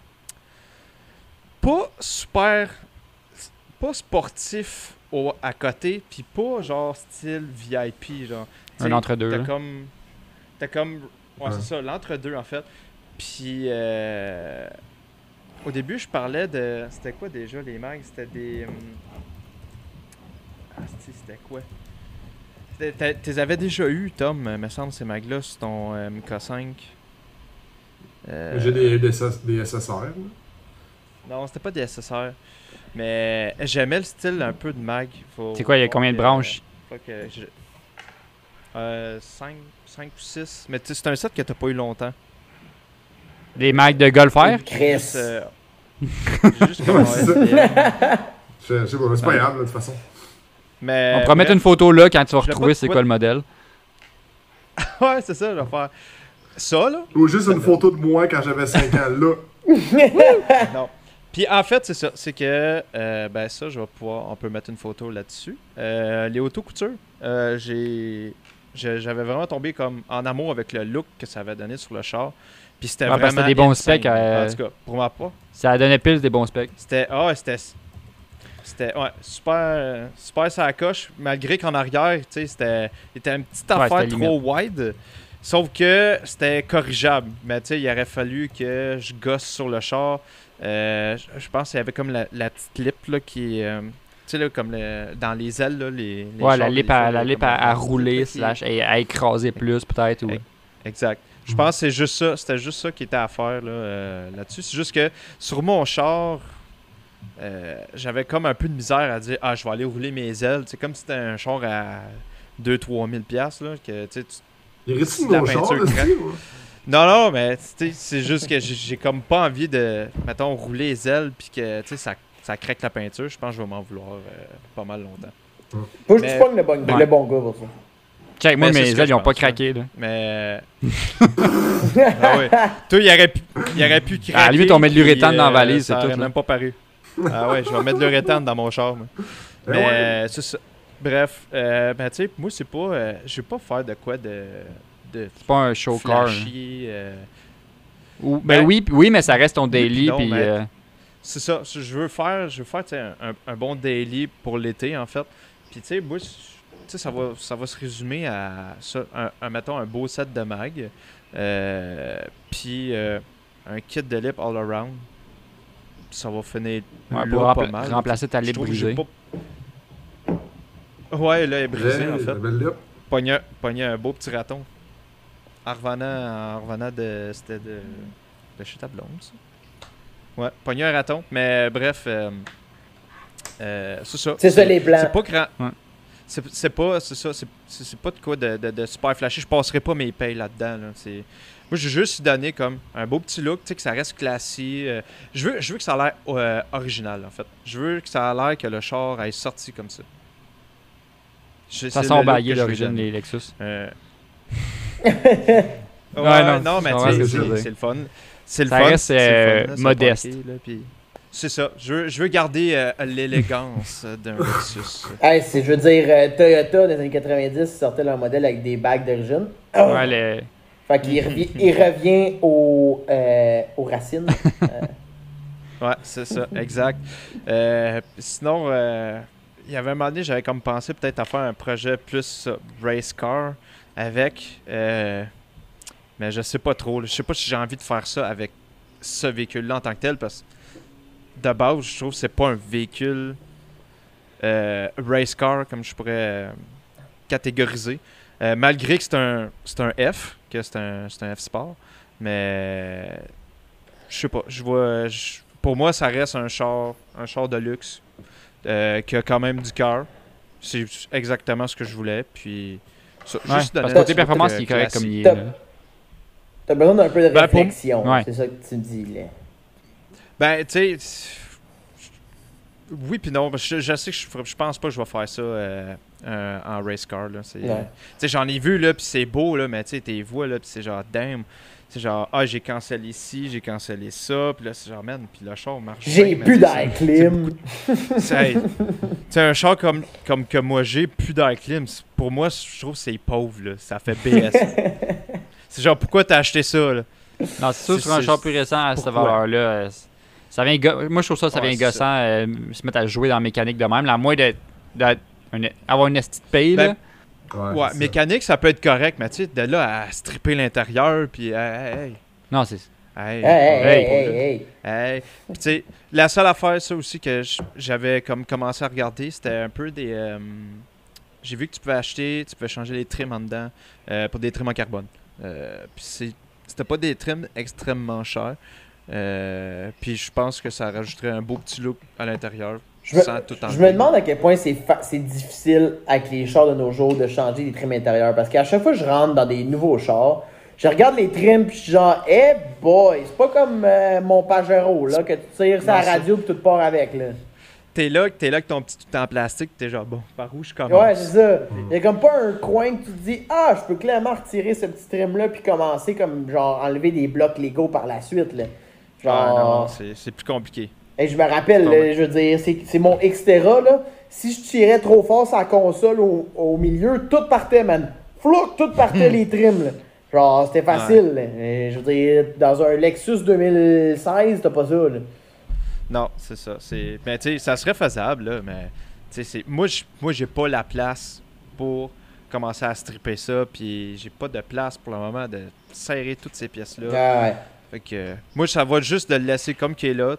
pas super, pas sportif au, à côté, puis pas genre style V I P genre. Un T'sais, entre-deux, T'as là. comme, t'as comme, ouais, Ouais. c'est ça, l'entre-deux en fait. Puis euh, au début, je parlais de, c'était quoi déjà les mags? C'était des, hum, ah, c'ti, c'était quoi? Tu les avais déjà eu, Tom, euh, me semble, ces mags-là, sur ton euh, M K cinq. Euh, J'ai des, des, des S S R. là. Non, c'était pas des S S R. Mais j'aimais le style un peu de mag. Faut- C'est quoi, il y a faut combien de que- branches? faut que je- Euh, cinq ou six. Mais tu sais, c'est un set que t'as pas eu longtemps. Des mags de golfer? Chris. Juste, euh, j'ai juste comme c'est S D M. Je je sais pas, c'est pas grave, là, de toute façon. Mais On pourra mettre bref, une photo là quand tu vas je l'ai retrouver pas- c'est quoi le modèle. Ouais, c'est ça, je vais faire ça, là. Ou juste une photo de moi quand j'avais cinq ans, là. Non. Puis en fait, c'est ça. C'est que, euh, ben ça, je vais pouvoir, on peut mettre une photo là-dessus. Euh, les auto-coutures, euh, j'ai, je- j'avais vraiment tombé comme en amour avec le look que ça avait donné sur le char. Puis c'était Ouais, parce que vraiment c'était des bons insane. specs, euh, En tout cas, pour ma part, Ça donnait pile des bons specs. c'était, ah, ouais, c'était, c'était, ouais, super, super ça coche. Malgré qu'en arrière, tu sais, c'était, c'était une petite Ouais, affaire c'était trop wide. Sauf que c'était corrigeable. Mais tu sais, il aurait fallu que je gosse sur le char. Euh, je je pense qu'il y avait comme la, la petite lip là, qui est. euh, tu sais, là, comme le- dans les ailes, là, les, les Ouais, la chars, lip des à, fois, la il y a lip comme à, un- à un petit rouler, lip, là, qui- slash à, à écraser plus, peut-être. Ou... Hey. Exact. Je pense que c'est juste ça. C'était juste ça qui était à faire là, euh, là-dessus. C'est juste que sur mon char, euh, j'avais comme un peu de misère à dire ah, je vais aller rouler mes ailes. C'est comme si c'était un char à deux à trois mille piastres, là, que tu sais, tu- Il reste La nos chars, peinture là, craque. c'est-tu, ouais? Non, non, mais tu sais, c'est juste que j'ai j'ai comme pas envie de, mettons, rouler les ailes puis que tu sais, ça, ça craque la peinture. Je pense que je vais m'en vouloir euh, pas mal longtemps. Faut que Mais- tu pognes le bon, Ouais. le bon gars pour ça. Check, moi, Mais c'est mes ce que ailes, je ils ont pas pense, craqué. Là. Mais. ah ouais. Toi, il aurait pu, il aurait pu craquer. À la limite, on met de l'uréthane puis, dans la euh, valise, ça c'est tout, aurait là. même pas paru. Ah ouais, je vais mettre de l'uréthane dans mon char. moi. Ben Mais ouais. euh, c'est ça. Bref, euh, ben tu sais, moi, c'est pas. Euh, je vais pas faire de quoi de. de C'est pas un show car. hein. flashy. euh, Ou- ben, Ben, oui, p- oui, mais ça reste ton oui, daily. puis non, Puis, mais- euh, C'est ça. Je veux faire, je veux faire tu sais, un, un- un bon daily pour l'été, en fait. Puis, tu sais, moi, tu sais, ça va, ça va se résumer à ça. Un, un- mettons, un beau set de mag. euh, puis, euh, un kit de lip all around. Ça va finir ouais, là pour pas rempla- mal. remplacer ta Je lip trouve que j'ai brisée. pas- Ouais, là, elle est brisée, Ouais, en fait. la belle lip. Pogner, pogner un beau petit raton. En revenant, en revenant de. C'était de. De chez ta blonde, ça. Ouais, pogner un raton. Mais bref, euh, euh, c'est ça. C'est ça, les blancs. C'est pas grand. Ouais. C'est c'est pas. C'est ça. C'est c'est- c'est pas de quoi de, de, de super flashy. Je passerai pas mes payes là-dedans. Là. C'est- Moi, j'ai juste donné comme un beau petit look, tu sais, que ça reste classique. Euh, je, veux, je veux que ça a l'air euh, original, en fait. Je veux que ça a l'air que le char ait sorti comme ça. Je- Ça c'est sent le look baillé que je veux l'origine donner. des Lexus. Euh, ouais, Ouais, non, non, mais ouais, tu c'est sais, ça, c'est ouais. c'est le fun. C'est le Ça fun. reste, c'est le euh, fun, là, c'est modeste. funky, là, puis c'est ça. Je veux, je veux garder euh, l'élégance d'un Lexus. Hey, c'est, je veux dire, euh, Toyota, dans les années quatre-vingt-dix, sortait leur modèle avec des bagues d'origine. Ouais, le- Fait qu'il revient, il revient au, euh, aux racines. Euh, Ouais, c'est ça, exact. Euh, sinon, euh, il y avait un moment donné, j'avais comme pensé peut-être à faire un projet plus euh, race car avec. euh, mais je sais pas trop. là. Je sais pas si j'ai envie de faire ça avec ce véhicule-là en tant que tel, parce que de base, je trouve que c'est pas un véhicule euh, race car comme je pourrais euh, catégoriser. Euh, malgré que c'est un, c'est un F, que c'est un, c'est un F Sport. Mais je sais pas. Je vois. je- pour moi, ça reste un char, un char de luxe euh, qui a quand même du cœur. C'est exactement ce que je voulais. Puis, ça, ouais, juste parce donner que un côté truc, performance, euh, il est correct classique. comme il est. Top. là. T'as besoin d'un peu de Ben, pour- réflexion. Ouais. C'est ça que tu me dis, là. Ben, tu sais. Oui, puis non. Je, je sais que je, je pense pas que je vais faire ça euh, euh, en race car. Là. C'est, Ouais. euh, tu sais, j'en ai vu, là, puis c'est beau, là, mais tu sais, tes voix, là, puis c'est genre, damn. C'est genre, ah, j'ai cancellé ci, j'ai cancellé ça, puis là, c'est genre, man, puis le char marche J'ai bien, mais plus tu sais, d'air clim. c'est- hey, tu sais, un char comme, comme que moi j'ai, plus d'air clim, c'est- pour moi, je trouve que c'est pauvre, là. Ça fait B S. C'est genre, pourquoi t'as acheté ça, là? Non, c'est sûr, C'est- sur un c'est- char plus récent à cette pourquoi? valeur-là, euh, c- ça vient go- moi je trouve ça, ça Ouais, vient c'est gossant euh, se mettre à jouer dans la mécanique de même. La moins de, de- un- avoir une esti de paye, Ben, là. Ouais, Ouais, c'est ça. mécanique, ça peut être correct, mais tu sais, de là à stripper l'intérieur, puis hey, hey, Non, c'est. hey, Hey, hey, hey, hey, hey, hey. hey. Puis tu sais, la seule affaire, ça aussi, que j- j'avais comme commencé à regarder, c'était un peu des... euh, j'ai vu que tu pouvais acheter, tu pouvais changer les trims en dedans euh, pour des trims en carbone. Euh, puis c'est- c'était pas des trims extrêmement chers. Euh, puis je pense que ça rajouterait un beau petit look à l'intérieur. Je me, sans tout je enlever. me demande à quel point c'est fa- c'est difficile avec les chars de nos jours de changer les trims intérieurs. Parce qu'à chaque fois que je rentre dans des nouveaux chars, je regarde les trims puis je suis genre, hey boy, c'est pas comme euh, mon Pajero là, que tu tires Non, sa c'est- radio puis tout part avec. Là. t'es là, t'es là avec ton petit tout en plastique, t'es genre, bon, par où je commence? Ouais, c'est ça. Il y a comme pas un coin que tu te dis, ah, je peux clairement retirer ce petit trim-là puis commencer comme, genre, enlever des blocs Lego par la suite, là. Genre... Ah, non, c'est, c'est plus compliqué. Et je me rappelle, Ah là, ouais. je veux dire, c'est, c'est mon Xterra, là. Si je tirais trop fort sur la console au, au milieu, tout partait, man. Flouk, tout partait les trims, là. Genre, c'était facile, là. Et je veux dire, dans un Lexus deux mille seize, t'as pas ça, là. Non, c'est ça. C'est... Mais tu sais, ça serait faisable, là, mais tu sais, c'est... Moi, j- moi, j'ai pas la place pour commencer à stripper ça, puis j'ai pas de place pour le moment de serrer toutes ces pièces-là. Ah ouais. Fait que, euh, moi, ça va juste de le laisser comme qu'il est là,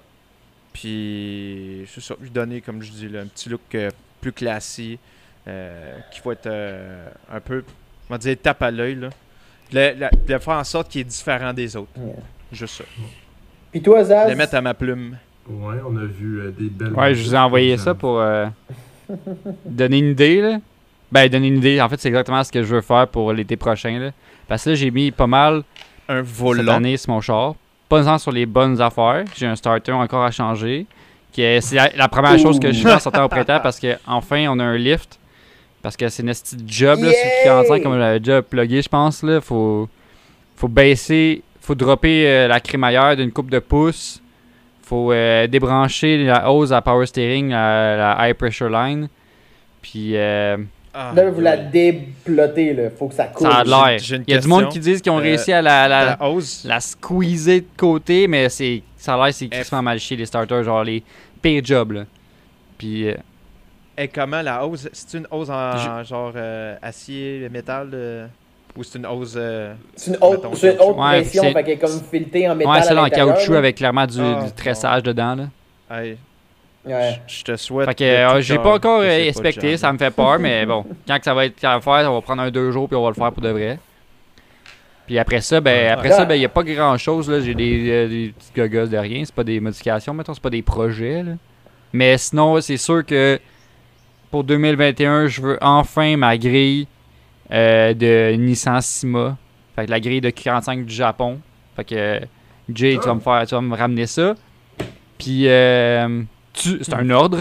puis c'est ça, lui donner, comme je dis, là, un petit look euh, plus classique, euh, qui va être euh, un peu, on va dire, tape à l'œil, là. Le, le- le faire en sorte qu'il est différent des autres. Yeah. Juste ça. Puis toi, Zaz? Le mettre à ma plume. Ouais, on a vu euh, des belles. Ouais, je vous ai envoyé ça pour euh, donner une idée, là. Ben, donner une idée. En fait, c'est exactement ce que je veux faire pour l'été prochain, là. Parce que là, j'ai mis pas mal Un cette volant. année sur mon char. Pas nécessairement sur les bonnes affaires. J'ai un starter encore à changer. Qui est, c'est la, la première chose que je fais en sortant au printemps parce que enfin on a un lift. Parce que c'est une petite job là, sur le quarante-cinq, comme j'avais déjà plugué, je pense. Là. Faut, faut baisser, faut dropper euh, la crémaillère d'une coupe de pouces. Faut euh, débrancher la hose à power steering, la, la high pressure line. Puis euh, Ah, Là, vous la ouais. déplotez, là. Faut que ça coule. ça a l'air. j'ai une Il y a du monde question. qui disent qu'ils ont Euh, réussi à la, la, La hausse. la squeezer de côté, mais c'est ça a l'air c'est F. crissement mal chier les starters, genre les pires jobs là. Puis euh, Et comment la hausse? C'est une hausse en genre euh, acier, métal euh, ou c'est une hausse. euh, C'est une haute, mettons, c'est une haute ouais, pression, c'est- fait qu'elle est comme filetée en métal. ouais, à celle en l'intérieur, caoutchouc là. avec clairement du, Ah, du tressage dedans là. hey, Ouais. je te souhaite. Fait que de euh, tout j'ai cœur pas encore que euh, c'est pas inspecté, le genre. ça me fait peur, mais bon, quand que ça va être à faire, on va prendre un deux jours puis on va le faire pour de vrai. Puis après ça, ben après ça, ben il y a pas grand chose là, j'ai des, euh, des petites gogos de rien, c'est pas des modifications, mettons, c'est pas des projets là. Mais sinon, c'est sûr que pour deux mille vingt et un, je veux enfin ma grille euh, de Nissan Sima. Fait que la grille de Q quarante-cinq du Japon. Fait que euh, Jay, tu vas me faire, tu vas me ramener ça. Puis euh, tu, c'est un ordre.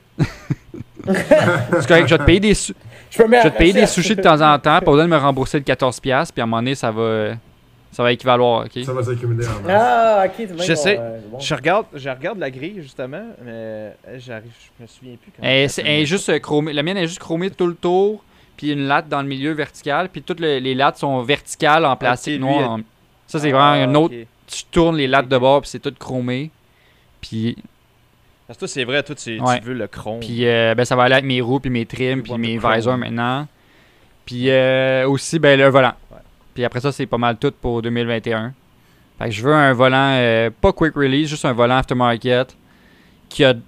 C'est correct, je vais te payer des, su- Je peux je vais te payer des sushis de temps en temps. Pas besoin de me rembourser le quatorze piastres. Puis à un moment donné, ça va, ça va équivaloir. Ok. Ça va s'accumuler en masse. Ah, ok, c'est bien Je qu'on- sais. euh, bon. Je regarde, je regarde la grille justement, mais euh, j'arrive, je me souviens plus. comment Elle, ça c'est- elle est s'appelle. juste euh, chromée. La mienne est juste chromée tout le tour. Puis une latte dans le milieu verticale. Puis toutes les, les lattes sont verticales en plastique lui, noir. elle- en- Ça, c'est Ah, vraiment une autre. ok. Tu tournes les lattes de bord. Puis c'est tout chromé. Puis Parce que toi, c'est vrai, toi, tu, Ouais. tu veux le chrome. Puis euh, ben, ça va aller avec mes roues, puis mes trims, You puis want mes the chrome. visors maintenant. Puis euh, aussi, ben, le volant. Ouais. Puis après ça, c'est pas mal tout pour deux mille vingt et un. Fait que je veux un volant, euh, pas quick release, juste un volant aftermarket qui a...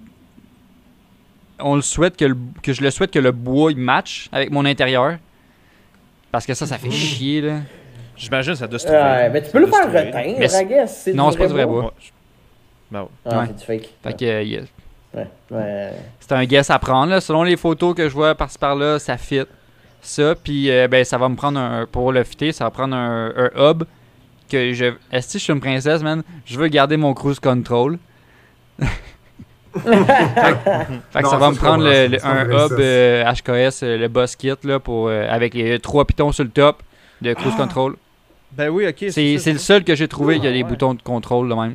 On le souhaite que, le- que je le souhaite que le bois il match avec mon intérieur. Parce que ça, ça fait chier, là. J'imagine que ça doit se trouver. Ouais, mais tu Ça peux le doit se faire trouver. reteindre, Mais c'est- I guess. C'est Non, c'est pas du vrai bois. bois. Ouais, je- Ben ouais. Ah, Ouais. c'est du fake. Fait que, euh, yeah. Ouais. Ouais. C'est un guess à prendre. Là. Selon les photos que je vois par-ci par-là, ça fit. Ça, puis euh, ben, ça va me prendre un. Pour le fitter, ça va prendre un, un hub. Que je. Est-ce que je suis une princesse, man? Je veux garder mon cruise control. fait que, fait que Non, ça ça, va me je prendre comprends, le- c'est le- pas un une hub princesse. euh, H K S, euh, le boss kit, là, pour, euh, avec les trois pitons sur le top de cruise Ah, control. Ben oui, ok. C'est ça, c'est le ça. seul que j'ai trouvé qui a Ah, des ouais. boutons de contrôle, de même.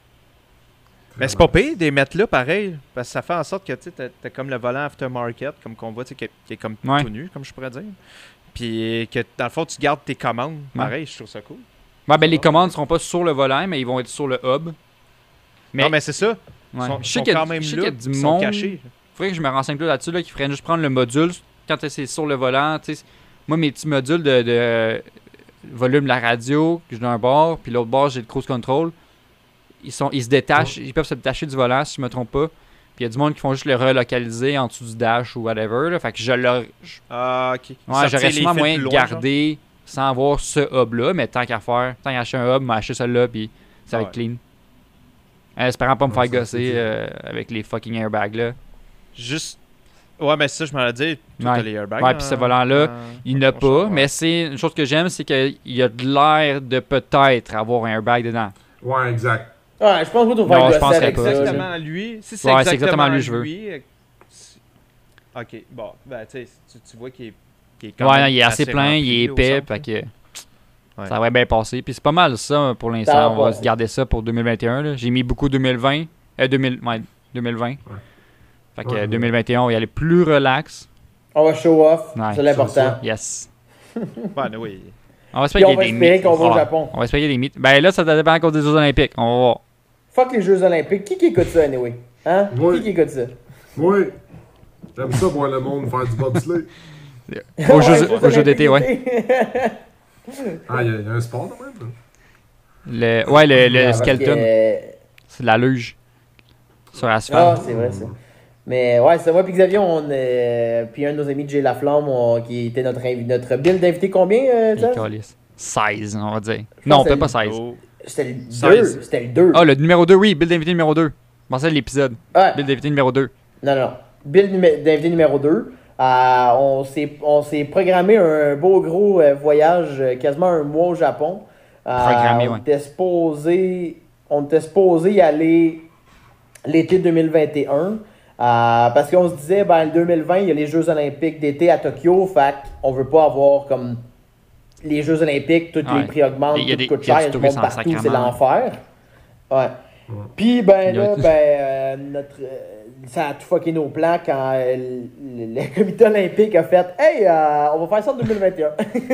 Mais c'est pas pire des mettre là pareil, parce que ça fait en sorte que tu sais, t'as t'as comme le volant aftermarket, comme qu'on voit, tu sais, qui, est- qui est comme Ouais. tout nu, comme je pourrais dire. Puis que dans le fond, tu gardes tes commandes. Ouais. Pareil, je trouve ça cool. Ouais, ben, les Ah. commandes seront pas sur le volant, mais ils vont être sur le hub. Mais- Non, mais c'est ça. Ouais. Ils sont, Je ils sais sont qu'il y a- quand même je sais là, qu'il y a du ils sont monde. cachés. Faudrait que je me renseigne plus là-dessus, là, qu'il ferait juste prendre le module quand c'est sur le volant. Tu sais, moi, mes petits modules de, de euh, volume de la radio, que j'ai d'un bord, puis l'autre bord, j'ai le cruise control. Ils, sont, ils se détachent, ils peuvent se détacher du volant, si je me trompe pas. Puis il y a du monde qui font juste le relocaliser en dessous du dash ou whatever. Là. Fait que je leur. je- Ah, ok. Ouais, Sortir j'aurais les sûrement fils moyen plus de loin, genre. garder sans avoir ce hub-là, mais tant qu'à faire, tant qu'à acheter un hub, m'acheter celle-là, puis ça va Ah être clean. En espérant pas me Ouais, faire ça, c'est gosser clair. euh, avec les fucking airbags là. Juste. Ouais, mais ça, je m'en ai dit. Tout Ouais. a les airbags. Ouais, puis ce en- volant-là, en- Il en n'a char, pas, ouais. mais c'est une chose que j'aime, c'est qu'il y a de l'air de peut-être avoir un airbag dedans. Ouais, exact. Ouais, je pense pas qu'on Non, va je faire penserais avec pas. ça. là. Exactement lui. Si c'est Ouais, c'est exactement, exactement lui, je veux. lui, euh, c'est- ok, bon, ben tu sais, tu, tu vois qu'il est, qu'il est quand Ouais, même non, il est assez plein, rempli, il est au épais, centre, fait que Ouais. ça va bien passer. Puis c'est pas mal ça pour Ça l'instant. va On va passer. se garder ça pour deux mille vingt et un. là. J'ai mis beaucoup deux mille vingt. Euh, deux mille, ouais, deux mille vingt. Fait que Ouais, euh, ouais. deux mille vingt et un, on va y aller plus relax. On va show off, Ouais, c'est l'important. ça. Yes. Ouais, mais oui. On va se Puis on payer va des espérer mythes. qu'on va au Ah, Japon. On va se payer des mythes. Ben là, ça dépend encore des Jeux Olympiques. On va voir. Fuck les Jeux Olympiques. Qui qui écoute ça, anyway? Hein? Ouais. Qui qui écoute ça? Oui. J'aime ça voir le monde faire du bobsleigh. Aux Ouais, Jeux, Jeux aux Jeux d'été, ouais. Olympiques Ah, il y, a- il y a un sport quand même. hein. Le, ouais, le, le Ah, parce skeleton. que- C'est de la luge. Sur Ah, asphalte. c'est vrai ça. Mais ouais, c'est moi puis Xavier, on, euh, puis un de nos amis, Jay Laflamme, on- qui était notre, invi- notre bill d'invité combien, euh, Les Jeff? câlisses. seize, on va dire. pense Non, que peut-être pas c'est- seize. Oh. C'était le seize. deux. C'était le deux. Ah, le numéro deux, oui, Bill d'invité numéro deux. Je pensais à l'épisode. Ouais. Bill d'invité numéro deux. Non, non. Bill numé- d'invité numéro deux. Euh, on s'est on s'est programmé un beau gros euh, voyage, euh, quasiment un mois au Japon. Euh, Programmé, on ouais. était supposé, on était supposé y aller l'été deux mille vingt et un. Euh, parce qu'on se disait, ben, le deux mille vingt, il y a les Jeux Olympiques d'été à Tokyo. Fait qu'on veut pas avoir comme les Jeux Olympiques, tous les Ouais. prix augmentent, Il y a tout des- coûte il y a du cher, tout le monde tourisme en partout, c'est sacrement. l'enfer. Ouais. Ouais. Puis, ben Il y a là, tout. ben, euh, notre, euh, ça a tout fucké nos plans quand euh, le, le comité olympique a fait « Hey, euh, on va faire ça en deux mille vingt et un. »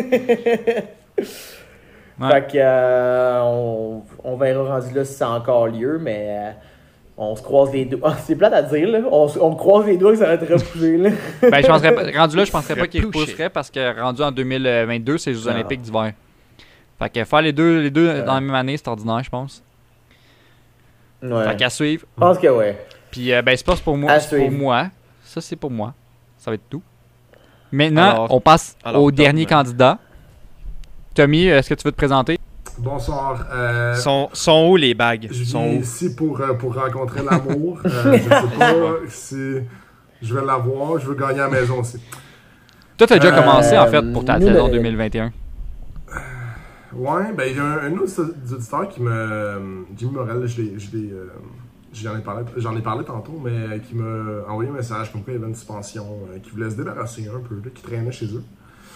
Ouais. Fait que, euh, on, on verra rendu là si ça a encore lieu, mais euh, on se croise les doigts. C'est plate à dire, là. On, se- on me croise les doigts que ça va être repoussé, là. Ben, je penserais pas, rendu là, je penserais pas qu'il Repouché. repousserait parce que rendu en deux mille vingt-deux, c'est les Jeux Non. Olympiques d'hiver. Fait que faire les deux, les deux Ouais. dans la même année, c'est ordinaire, je pense. Ouais. Fait qu'à suivre. Je pense que ouais. Puis, euh, ben, c'est pas pour moi. À C'est pour suivre. moi. Ça, c'est pour moi. Ça va être tout. Maintenant, Alors- on passe alors, au Tom, dernier euh, candidat. Tommy, est-ce que tu veux te présenter? Bonsoir. Euh, Sont, sont où les bagues? je Sont viens où? ici pour, euh, pour rencontrer l'amour. Euh, je sais pas si je vais l'avoir. Je veux gagner à la maison aussi. Toi, t'as déjà Euh, commencé, en fait, pour ta nous, saison le- deux mille vingt et un. Ouais, ben il y a un, un autre auditeur qui me. Jimmy Morel, je l'ai. je l'ai, euh, J'en ai, parlé, j'en ai parlé tantôt, mais qui m'a envoyé un message comme quoi il y avait une suspension, euh, qui voulait se débarrasser un peu, là, qui traînait chez eux.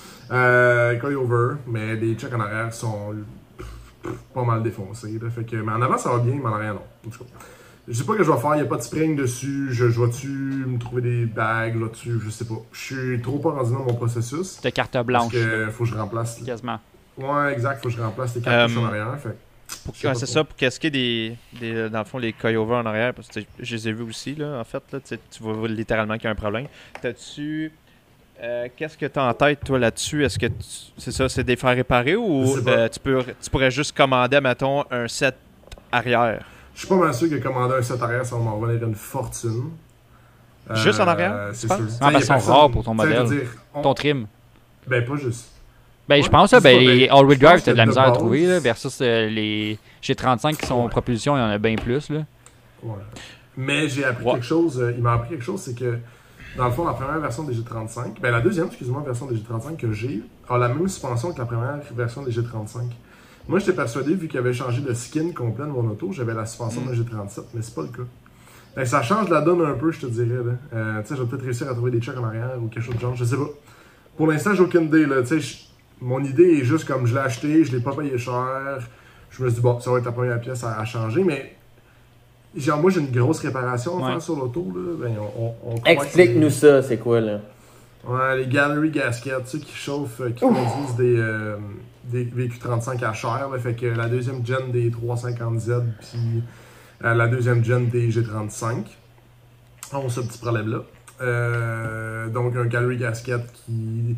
Euh, Coil over, mais les checks en arrière sont pff, pff, pas mal défoncés. Là, fait que, mais en avant ça va bien, mais en arrière non. En tout cas, je sais pas ce que je vais faire, il n'y a pas de spring dessus, je, je vais-tu me trouver des bagues, je vais-tu, je sais pas. Je suis trop pas rendu dans mon processus. De carte Parce blanche, que faut que je remplace. quasiment. Ouais, exact, faut que je remplace les cartouches Euh, en arrière. Fait, Pour- je sais ouais, pas c'est trop. ça, pour casquer des, des. Dans le fond, les coil-over en arrière, parce que tu sais, je les ai vus aussi, là, en fait. Là, tu sais, tu vois littéralement qu'il y a un problème. T'as-tu. euh, Qu'est-ce que t'as en tête, toi, là-dessus? Est-ce que tu- c'est ça, c'est des faire réparer ou Je sais pas. euh, tu, peux, tu pourrais juste commander, mettons, un set arrière? Je suis pas mal sûr que commander un set arrière, ça va m'en revenir une fortune. Juste en arrière, Euh, tu C'est penses? sûr. Ah, T'sais, ben, y a ils sont personne- rares pour ton t'sais, je veux modèle. dire, on- Ton trim. Ben, pas juste. Ben, je Ouais, pense que je ben, sais pas, les ben, all-wheel je drive, pense t'as de la que de misère à base- trouver, là, versus euh, les G trente-cinq qui sont en propulsion, il y en a bien plus, là. Ouais. Mais j'ai appris Ouais. quelque chose, euh, il m'a appris quelque chose, c'est que dans le fond, la première version des G trente-cinq, ben la deuxième, excuse-moi, version des G trente-cinq que j'ai, a la même suspension que la première version des G trente-cinq. Moi, j'étais persuadé, vu qu'il avait changé le skin complet de mon auto, j'avais la suspension d'un G trente-sept, mais c'est pas le cas. Ben, ça change la donne un peu, je te dirais. Là. Euh, tu sais, je vais peut-être réussir à trouver des checks en arrière ou quelque chose de genre, je sais pas. Pour l'instant, j'ai aucune idée. Là. Tu sais, je- mon idée est juste comme je l'ai acheté, je l'ai pas payé cher. Je me suis dit, bon, ça va être la première pièce à, à changer, mais genre, moi, j'ai une grosse réparation à Ouais. faire sur l'auto. Là. Ben, on, on, on croit Explique-nous que- ça, c'est quoi, là? Ouais, les gallery gaskets, tu sais, qui chauffent, euh, qui produisent des, euh, des V Q trente-cinq à chair. Là, fait que la deuxième gen des trois cent cinquante Z, puis euh, la deuxième gen des G trente-cinq ont ce petit problème-là. Euh, donc, un gallery gasket qui,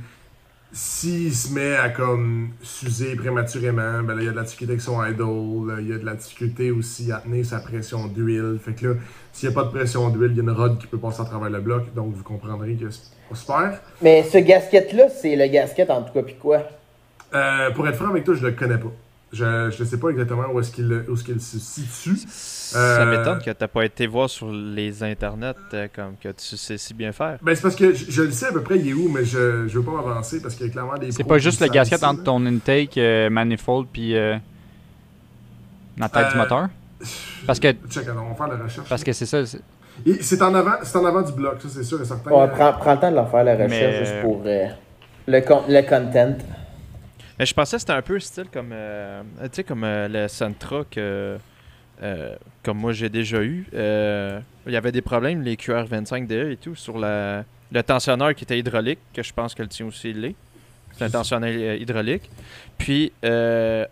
s'il se met à comme s'user prématurément, ben là, il y a de la difficulté avec son idle, là, il y a de la difficulté aussi à tenir sa pression d'huile. Fait que là, s'il n'y a pas de pression d'huile, il y a une rod qui peut passer à travers le bloc, donc vous comprendrez que c'est pas super. Mais ce gasket-là, c'est le gasket en tout cas, puis quoi? Euh, pour être franc avec toi, je le connais pas. Je ne sais pas exactement où est-ce qu'il où est-ce qu'il se situe. Ça Euh, m'étonne que t'as pas été voir sur les internets euh, comme que tu sais si bien faire. Ben, c'est parce que je, je le sais à peu près il est où, mais je, je veux pas m'avancer parce qu'il y a clairement des C'est pros pas qui juste le savent gasket ici, entre là. ton intake, euh, manifold, puis euh, la tête du Euh, moteur. Parce que, Check, alors, on va faire la recherche. parce que c'est ça. c'est- Et c'est en avant, c'est en avant du bloc, ça c'est sûr et certain. Ouais, prends, prends le temps de leur faire la recherche Mais- juste pour euh, le, con- le content. Mais je pensais que c'était un peu style comme, euh, tu sais, comme euh, le Sentra que, euh, comme moi j'ai déjà eu. Euh, Il y avait des problèmes, les Q R vingt-cinq D E et tout, sur la, le tensionneur qui était hydraulique, que je pense que le tien aussi l'est. C'est un tensionneur euh, hydraulique. Puis, euh,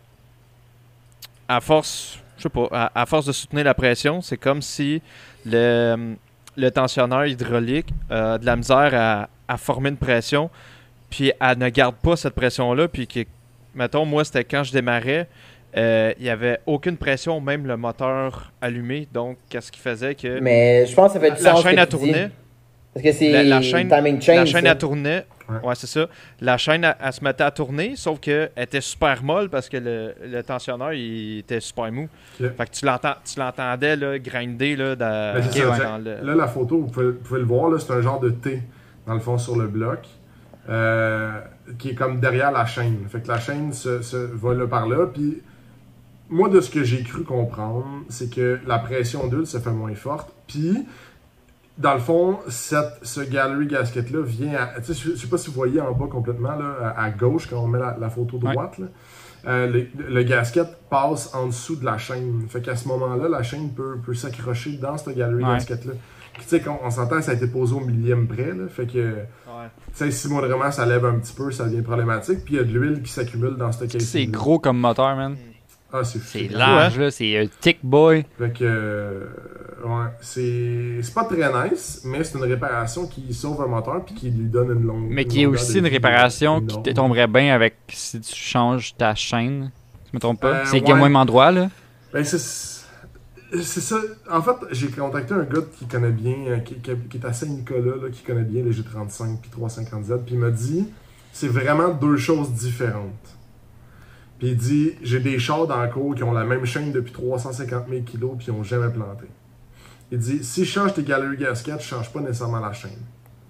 à force, je sais pas, à, à force de soutenir la pression, c'est comme si le, le tensionneur hydraulique a de la misère à, à former une pression, puis elle ne garde pas cette pression-là, puis que, mettons, moi, c'était quand je démarrais, euh, il n'y avait aucune pression, même le moteur allumé, donc qu'est-ce qui faisait que Mais je pense que ça fait du la sens chaîne que a tu dis. tourné, Parce que c'est la, la chaîne, timing chain. la chaîne ça. a tourné, Ouais. ouais, c'est ça, la chaîne, elle, elle se mettait à tourner, sauf qu'elle était super molle parce que le, le tensionneur, il était super mou. Ok. Fait que tu l'entends, tu l'entendais, là, grinder, là, dans, Ben, c'est Ok, ça, ouais. check. dans le... Là, la photo, vous pouvez, vous pouvez le voir, là, c'est un genre de T, dans le fond, sur le bloc, euh, qui est comme derrière la chaîne. Fait que la chaîne se, se va là par là, puis moi, de ce que j'ai cru comprendre, c'est que la pression d'huile se fait moins forte, puis dans le fond, cette, ce gallery gasket-là vient à... Tu sais, je, je sais pas si vous voyez en bas complètement, là, à, à gauche, quand on met la, la photo droite, là, euh, le, le gasket passe en dessous de la chaîne. Fait qu'à ce moment-là, la chaîne peut, peut s'accrocher dans ce gallery Ouais. gasket-là. Puis tu sais, quand on s'entend, ça a été posé au millième près, là, fait que... Ouais. Tu sais, si moi vraiment ça lève un petit peu, ça devient problématique. Puis il y a de l'huile qui s'accumule dans ce casing. C'est gros comme moteur, man. Ah, c'est C'est fou. large, là. C'est un tick boy. Fait que, euh, ouais, c'est c'est pas très nice, mais c'est une réparation qui sauve un moteur puis qui lui donne une longue. Mais qui est longueur aussi de une vie réparation qui énorme. te tomberait bien avec si tu changes ta chaîne. Je me trompe pas. Euh, C'est qu'il y a ouais. moins d'endroits, là. Ben, c'est c'est ça. En fait, j'ai contacté un gars qui connaît bien, euh, qui, qui, qui est à Saint-Nicolas, là, qui connaît bien les G trente-cinq puis trois cent cinquante Z, puis il m'a dit c'est vraiment deux choses différentes. Puis il dit j'ai des chars dans le cours qui ont la même chaîne depuis trois cent cinquante mille kilos puis qui n'ont jamais planté. Il dit si je change tes gallery gaskets, je change pas nécessairement la chaîne.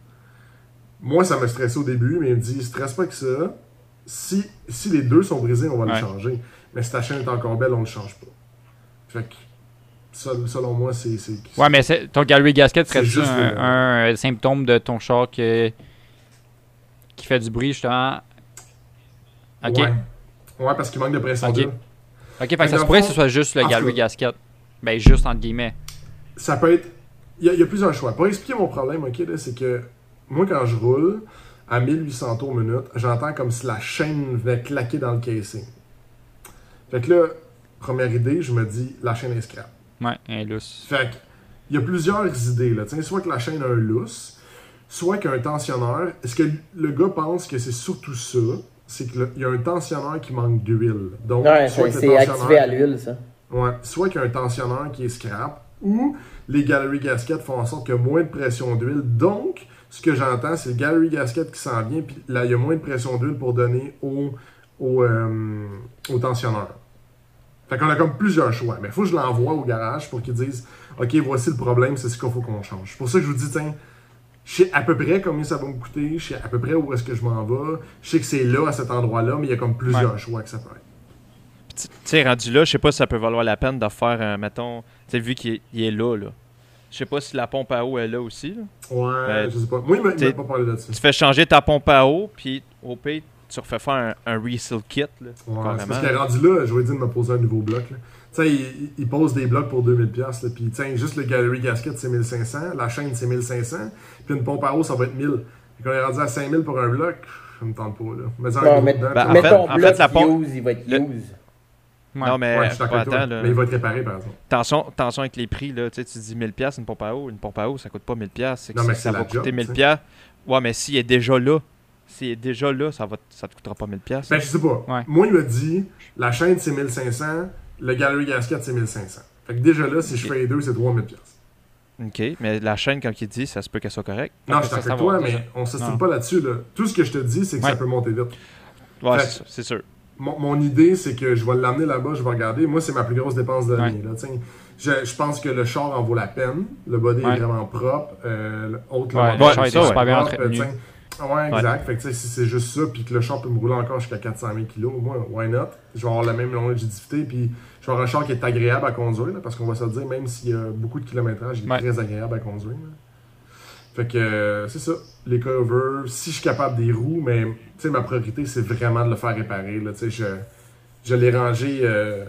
Moi, ça me stressait au début, mais il me dit stresse pas que ça. Si, si les deux sont brisés, on va Ouais. le changer. Mais si ta chaîne est encore belle, on le change pas. Fait que, sel- selon moi, c'est. c'est- Ouais, mais c'est- ton gallery gasket C'est serait juste un, le- un, euh, symptôme de ton char que- qui fait du bruit, justement. Ok. Ouais. Ouais, parce qu'il manque de pression Ok. d'huile. Ok, fait Fait que ça dans se le pourrait fond- que ce soit juste le en tout gallery cas- gasket. Ben, juste entre guillemets. Ça peut être. Il y, a- il y a plusieurs choix. Pour expliquer mon problème, ok, là, c'est que moi, quand je roule à mille huit cents tours minute, j'entends comme si la chaîne venait claquer dans le casing. Fait que là, première idée, je me dis, la chaîne est scrap. Ouais, un lousse. Fait que, il y a plusieurs idées, là. T'sais, soit que la chaîne a un lousse, soit qu'il y a un tensionneur. Est-ce que le gars pense que c'est surtout ça? C'est qu'il y a un tensionneur qui manque d'huile. Donc, Ouais, soit c'est que le c'est tensionneur- activé à l'huile, ça. Ouais, soit qu'il y a un tensionneur qui est scrap, ou les gallery gaskets font en sorte qu'il y a moins de pression d'huile. Donc, ce que j'entends, c'est le gallery gasket qui s'en vient, puis là, il y a moins de pression d'huile pour donner au, au, euh, au tensionneur. Fait qu'on a comme plusieurs choix. Mais il faut que je l'envoie au garage pour qu'ils disent OK, voici le problème, c'est ce qu'il faut qu'on change. C'est pour ça que je vous dis, tiens, je sais à peu près combien ça va me coûter, je sais à peu près où est-ce que je m'en vais, je sais que c'est là, à cet endroit-là, mais il y a comme plusieurs choix que ça peut être. Tu sais, rendu là, je sais pas si ça peut valoir la peine de faire, euh, mettons, tu sais, vu qu'il est, il est là, là. Je sais pas si la pompe à eau est là aussi, là. Ouais, Ben, je sais pas. Moi, il m'a il m'a t'sais, pas parlé là-dessus. Tu fais changer ta pompe à eau, puis au pire, tu refais faire un, un reseal kit, là, Ouais, c'est carrément. parce qu'elle est rendu là, je vais dire de me poser un nouveau bloc. Tu sais, il, il pose des blocs pour deux mille dollars, puis tiens, juste le gallery gasket, c'est mille cinq cents, la chaîne, c'est mille cinq cents, puis une pompe à eau, ça va être mille. Et quand on est rendu à cinq mille pour un bloc, ça me tente pas, là. Mais ça, un Ouais, gros mais- dedans, ben, puis- en Mets fait- ton en bloc fait, la pompe- use, il va être le- use. Ouais. Non, mais Ouais, je suis d'accord pas avec toi, attends, là. mais il va être réparé, par exemple. Attention, attention avec les prix, là. Tu sais, tu dis mille dollars une pompe à eau. Une pompe à eau, ça coûte pas mille dollars. C'est que Non, mais ça, c'est ça la va job, coûter mille tu sais. dollars. Ouais, mais s'il est déjà là, s'il est déjà là, ça va, ça te coûtera pas mille dollars. Ben, je sais pas. Ouais. Moi, il me dit, la chaîne, c'est mille cinq cents, le gallery gasket, c'est mille cinq cents. Fait que déjà là, si je Ok. fais les deux, c'est trois mille dollars. OK, mais la chaîne, quand il dit, ça se peut qu'elle soit correcte. Non, je ça, suis ça d'accord avec va, toi, déjà. mais on s'estime Non. pas là-dessus, là. Tout ce que je te dis, c'est que Ouais. ça peut monter vite. Ouais, Fait- c'est ça, c'est sûr. Mon, mon idée, c'est que je vais l'amener là-bas, je vais regarder. Moi, c'est ma plus grosse dépense de l'année. Ouais. là, t'sais. Je, je pense que le char en vaut la peine. Le body Ouais. est vraiment propre. Euh, le- autre, Ouais, moteur le char est est super bien propre, entretenu. t'sais. Ouais, exact. Fait que, tu sais, si c'est juste ça, puis que le char peut me rouler encore jusqu'à quatre cent mille kilos, moi, why not? Je vais avoir la même longévité, puis je vais avoir un char qui est agréable à conduire, là, parce qu'on va se le dire, même s'il y a beaucoup de kilométrage, il est Ouais. très agréable à conduire. Là. Fait que, euh, c'est ça. Les covers, si je suis capable des roues, mais, tu sais, ma priorité, c'est vraiment de le faire réparer, là. Tu sais, je, je l'ai rangé, euh,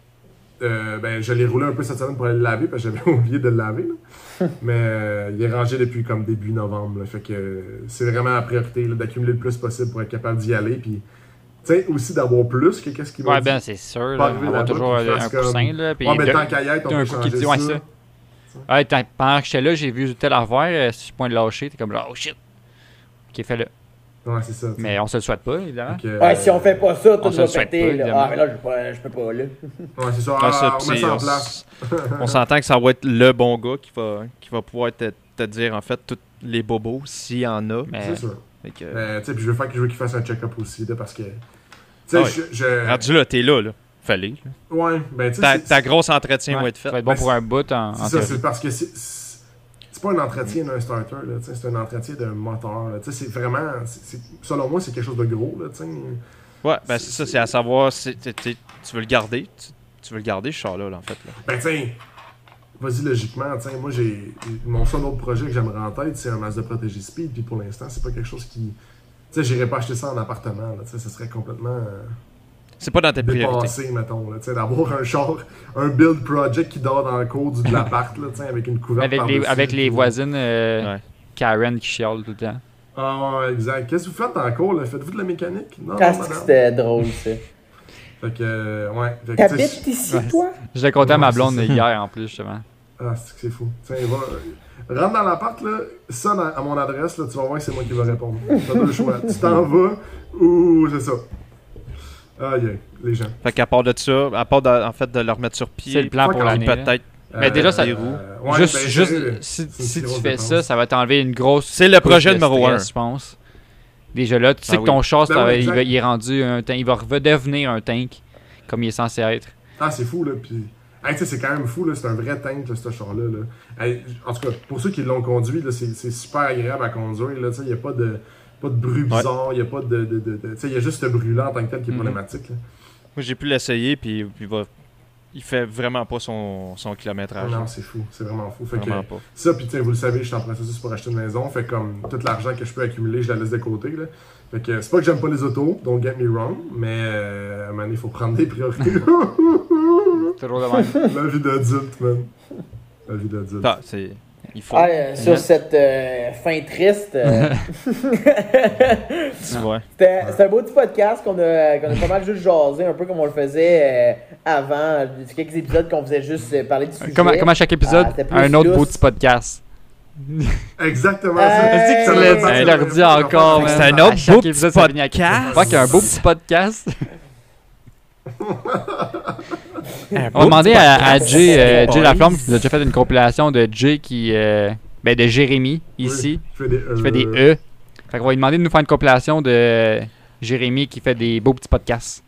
euh, ben, je l'ai roulé un peu cette semaine pour aller le laver, parce que j'avais oublié de le laver, là. Mais euh, il est rangé depuis comme début novembre. Là. Fait que euh, c'est vraiment la priorité là, d'accumuler le plus possible pour être capable d'y aller. Puis, tu sais, aussi d'avoir plus que qu'est-ce qu'il m'a Ouais, dit. ben, c'est sûr. Pas Là, arriver on va là-bas, toujours puis un fasse coussin. comme- Là, puis Ouais, mais de- tant qu'à y être, on d'un peut coup qui changer dit, ouais, ça. ça. Ouais, t'as- pendant que j'étais là, j'ai vu tel affaire. euh, Si je point de lâcher, t'es comme genre, oh shit. Ok, fais-le. Ouais, c'est ça. tu sais. Mais on se le souhaite pas, évidemment. Fait que, Ouais, si on fait pas ça, tout on se va le souhaite péter. pas, là. évidemment. Ah, mais là, je, peux pas- je peux pas, là. Ouais, c'est ça. Ah, Ah, ça, on met puis ça en on place. s- on s'entend que ça va être le bon gars qui va, qui va pouvoir te, te dire en fait tous les bobos s'il y en a. Mais C'est sûr. Fait que, Mais, tu sais, puis je veux faire que je veux qu'il fasse un check-up aussi, là, parce que. Tu sais, Ah ouais. je. je- rendu là, t'es là, là. Fallait. là. Ouais, ben, tu sais. Ta, c'est- ta grosse entretien ouais, va être ça fait. va être bon Ben, pour un bout en, en C'est ça, théorie. c'est parce que c'est. c'est- C'est pas un entretien d'un starter, là, tu sais, c'est un entretien d'un moteur. Là, tu sais, c'est vraiment. c'est- c'est- selon moi, c'est quelque chose de gros. Là, tu sais. Ouais, ben c'est ça, c'est à savoir si t'es- t'es- tu veux le garder. Tu, tu veux le garder, ce char-là, là, en fait. Là. Ben, tiens, vas-y, logiquement, tiens, moi, j'ai. Mon seul autre projet que j'aimerais en tête, c'est un Mazda Protégé Speed, puis pour l'instant, c'est pas quelque chose qui. Tu sais, j'irais pas acheter ça en appartement, là, tu sais, ça serait complètement. euh, C'est pas dans tes priorités. dépassé, mettons, là, tu sais, d'avoir un char, un build project qui dort dans le cours du- de l'appart, là, tu sais, avec une couverte Avec les, par-dessus, avec les puis- voisines euh, Ouais. Karen qui chialent tout le temps. Ah, ouais, exact. Qu'est-ce que vous faites dans le cours, là? Faites-vous de la mécanique? Non, Ah, non, c'est que madame. c'était drôle, ça. Fait que, euh, ouais. Fait que, tu sais, T'habites ici, Ouais. toi? Je l'ai compté à ma Ouais, blonde c'est ça. hier en plus, justement. Ah, c'est que c'est fou. Tiens, va, euh, rentre dans l'appart, là, sonne à, à mon adresse, là, tu vas voir que c'est moi qui vais répondre. T'as deux choix. Tu t'en vas ou c'est ça. Aïe, aïe, les gens. Fait qu'à part de ça, à part de, en fait de le remettre sur pied, C'est le plan Fuck pour off, l'année. là. peut-être. Mais déjà, ça- des roues. Euh, ouais, juste, ben, juste sérieux, si, c'est une si tu grosse fais dépense. ça, ça va t'enlever une grosse. C'est le couche projet de numéro stress, un. je pense. Déjà là, tu sais Ah que oui. ton char, Ben ça va- oui, il, exact. va- il est rendu un tank. Il va redevenir un tank comme il est censé être. Ah, c'est fou, là. Puis, hey, tu sais, c'est quand même fou, là. C'est un vrai tank, là, ce char-là. Là. Hey, en tout cas, pour ceux qui l'ont conduit, là, c'est, c'est super agréable à conduire, là. Tu sais, il n'y a pas de, pas de bruit bizarre, il n'y a pas de. de, de, de- tu sais, il y a juste ce bruit-là en tant que tel qui est Mhm. problématique, là. Moi, j'ai pu l'essayer, puis il va. Il fait vraiment pas son, son kilométrage. Non, c'est fou. C'est vraiment fou. Fait que, Vraiment pas. ça, puis, tu sais, vous le savez, je suis en processus pour acheter une maison. Fait comme tout l'argent que je peux accumuler, je la laisse de côté, là. Fait que c'est pas que j'aime pas les autos, don't get me wrong, mais euh, à un moment donné, il faut prendre des priorités. Toujours de même. La vie d'adulte, man. La vie d'adulte. Ah, c'est. Il faut. Ah, euh, sur cette euh, fin triste, euh, Tu vois. c'était c'était un beau petit podcast qu'on a, qu'on a pas mal juste jasé, un peu comme on le faisait euh, avant. Il y a quelques épisodes qu'on faisait juste euh, parler du sujet. Comme, à- comme à chaque épisode, Ah, c'était plus un autre lousse. beau petit podcast. Exactement Euh, ça. Est-ce que Ça tu me l'as fait dit? penser Elle à- l'a redit encore, man. C'est un À autre chaque beau petit épisode, ça finit avec- podcast. Fuck, un beau petit podcast. Un On beau va demander petit à, à podcast. Jay, euh, Jay Boys. Laflamme, qui a déjà fait une compilation de Jay qui. euh, ben de Jérémy, ici, Je fais des qui fait des E. Fait qu'on va lui demander de nous faire une compilation de Jérémy qui fait des beaux petits podcasts.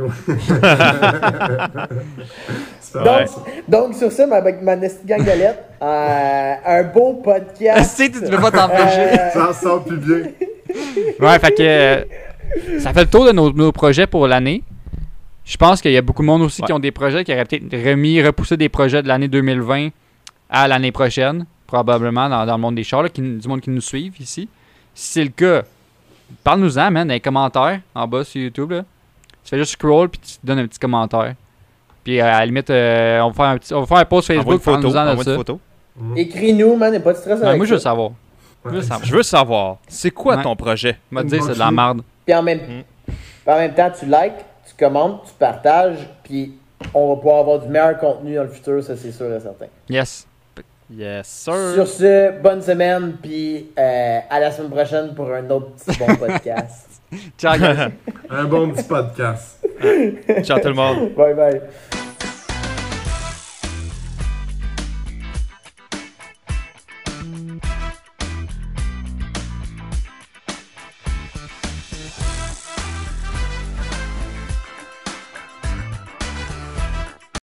C'est pas Donc, vrai, ça. donc, sur ça, ma, ma nasty gang de lettres, euh, un beau podcast. Si tu ne veux pas t'empêcher. Euh, Ça sort plus bien. Ouais, fait que euh, ça fait le tour de nos, nos projets pour l'année. Je pense qu'il y a beaucoup de monde aussi Ouais. qui ont des projets qui auraient peut-être remis, repoussé des projets de l'année deux mille vingt à l'année prochaine, probablement dans, dans le monde des chars, là, qui- du monde qui nous suivent ici. Si c'est le cas, parle-nous-en, man, dans les commentaires en bas sur YouTube. Là. Tu fais juste scroll puis tu te donnes un petit commentaire. Puis à la limite, euh, on, va faire un petit, on va faire un post Envoie une Facebook, photo. parle-nous-en de Envoie une ça. photo. Écris-nous, man, y'a pas de stress Ouais, avec moi, je veux ça. savoir. Je veux Ouais. savoir. Je veux savoir, c'est quoi Ouais. ton projet? Je vais te dire, c'est de la Une merde. Puis en même, Mm. puis en même temps, tu likes, tu commentes, tu partages, puis on va pouvoir avoir du meilleur contenu dans le futur, ça c'est sûr et certain. Yes. Yes, sir. Sur ce, bonne semaine, puis euh, à la semaine prochaine pour un autre petit bon podcast. Ciao, guys. Un bon petit podcast. Ciao tout le monde. Bye bye.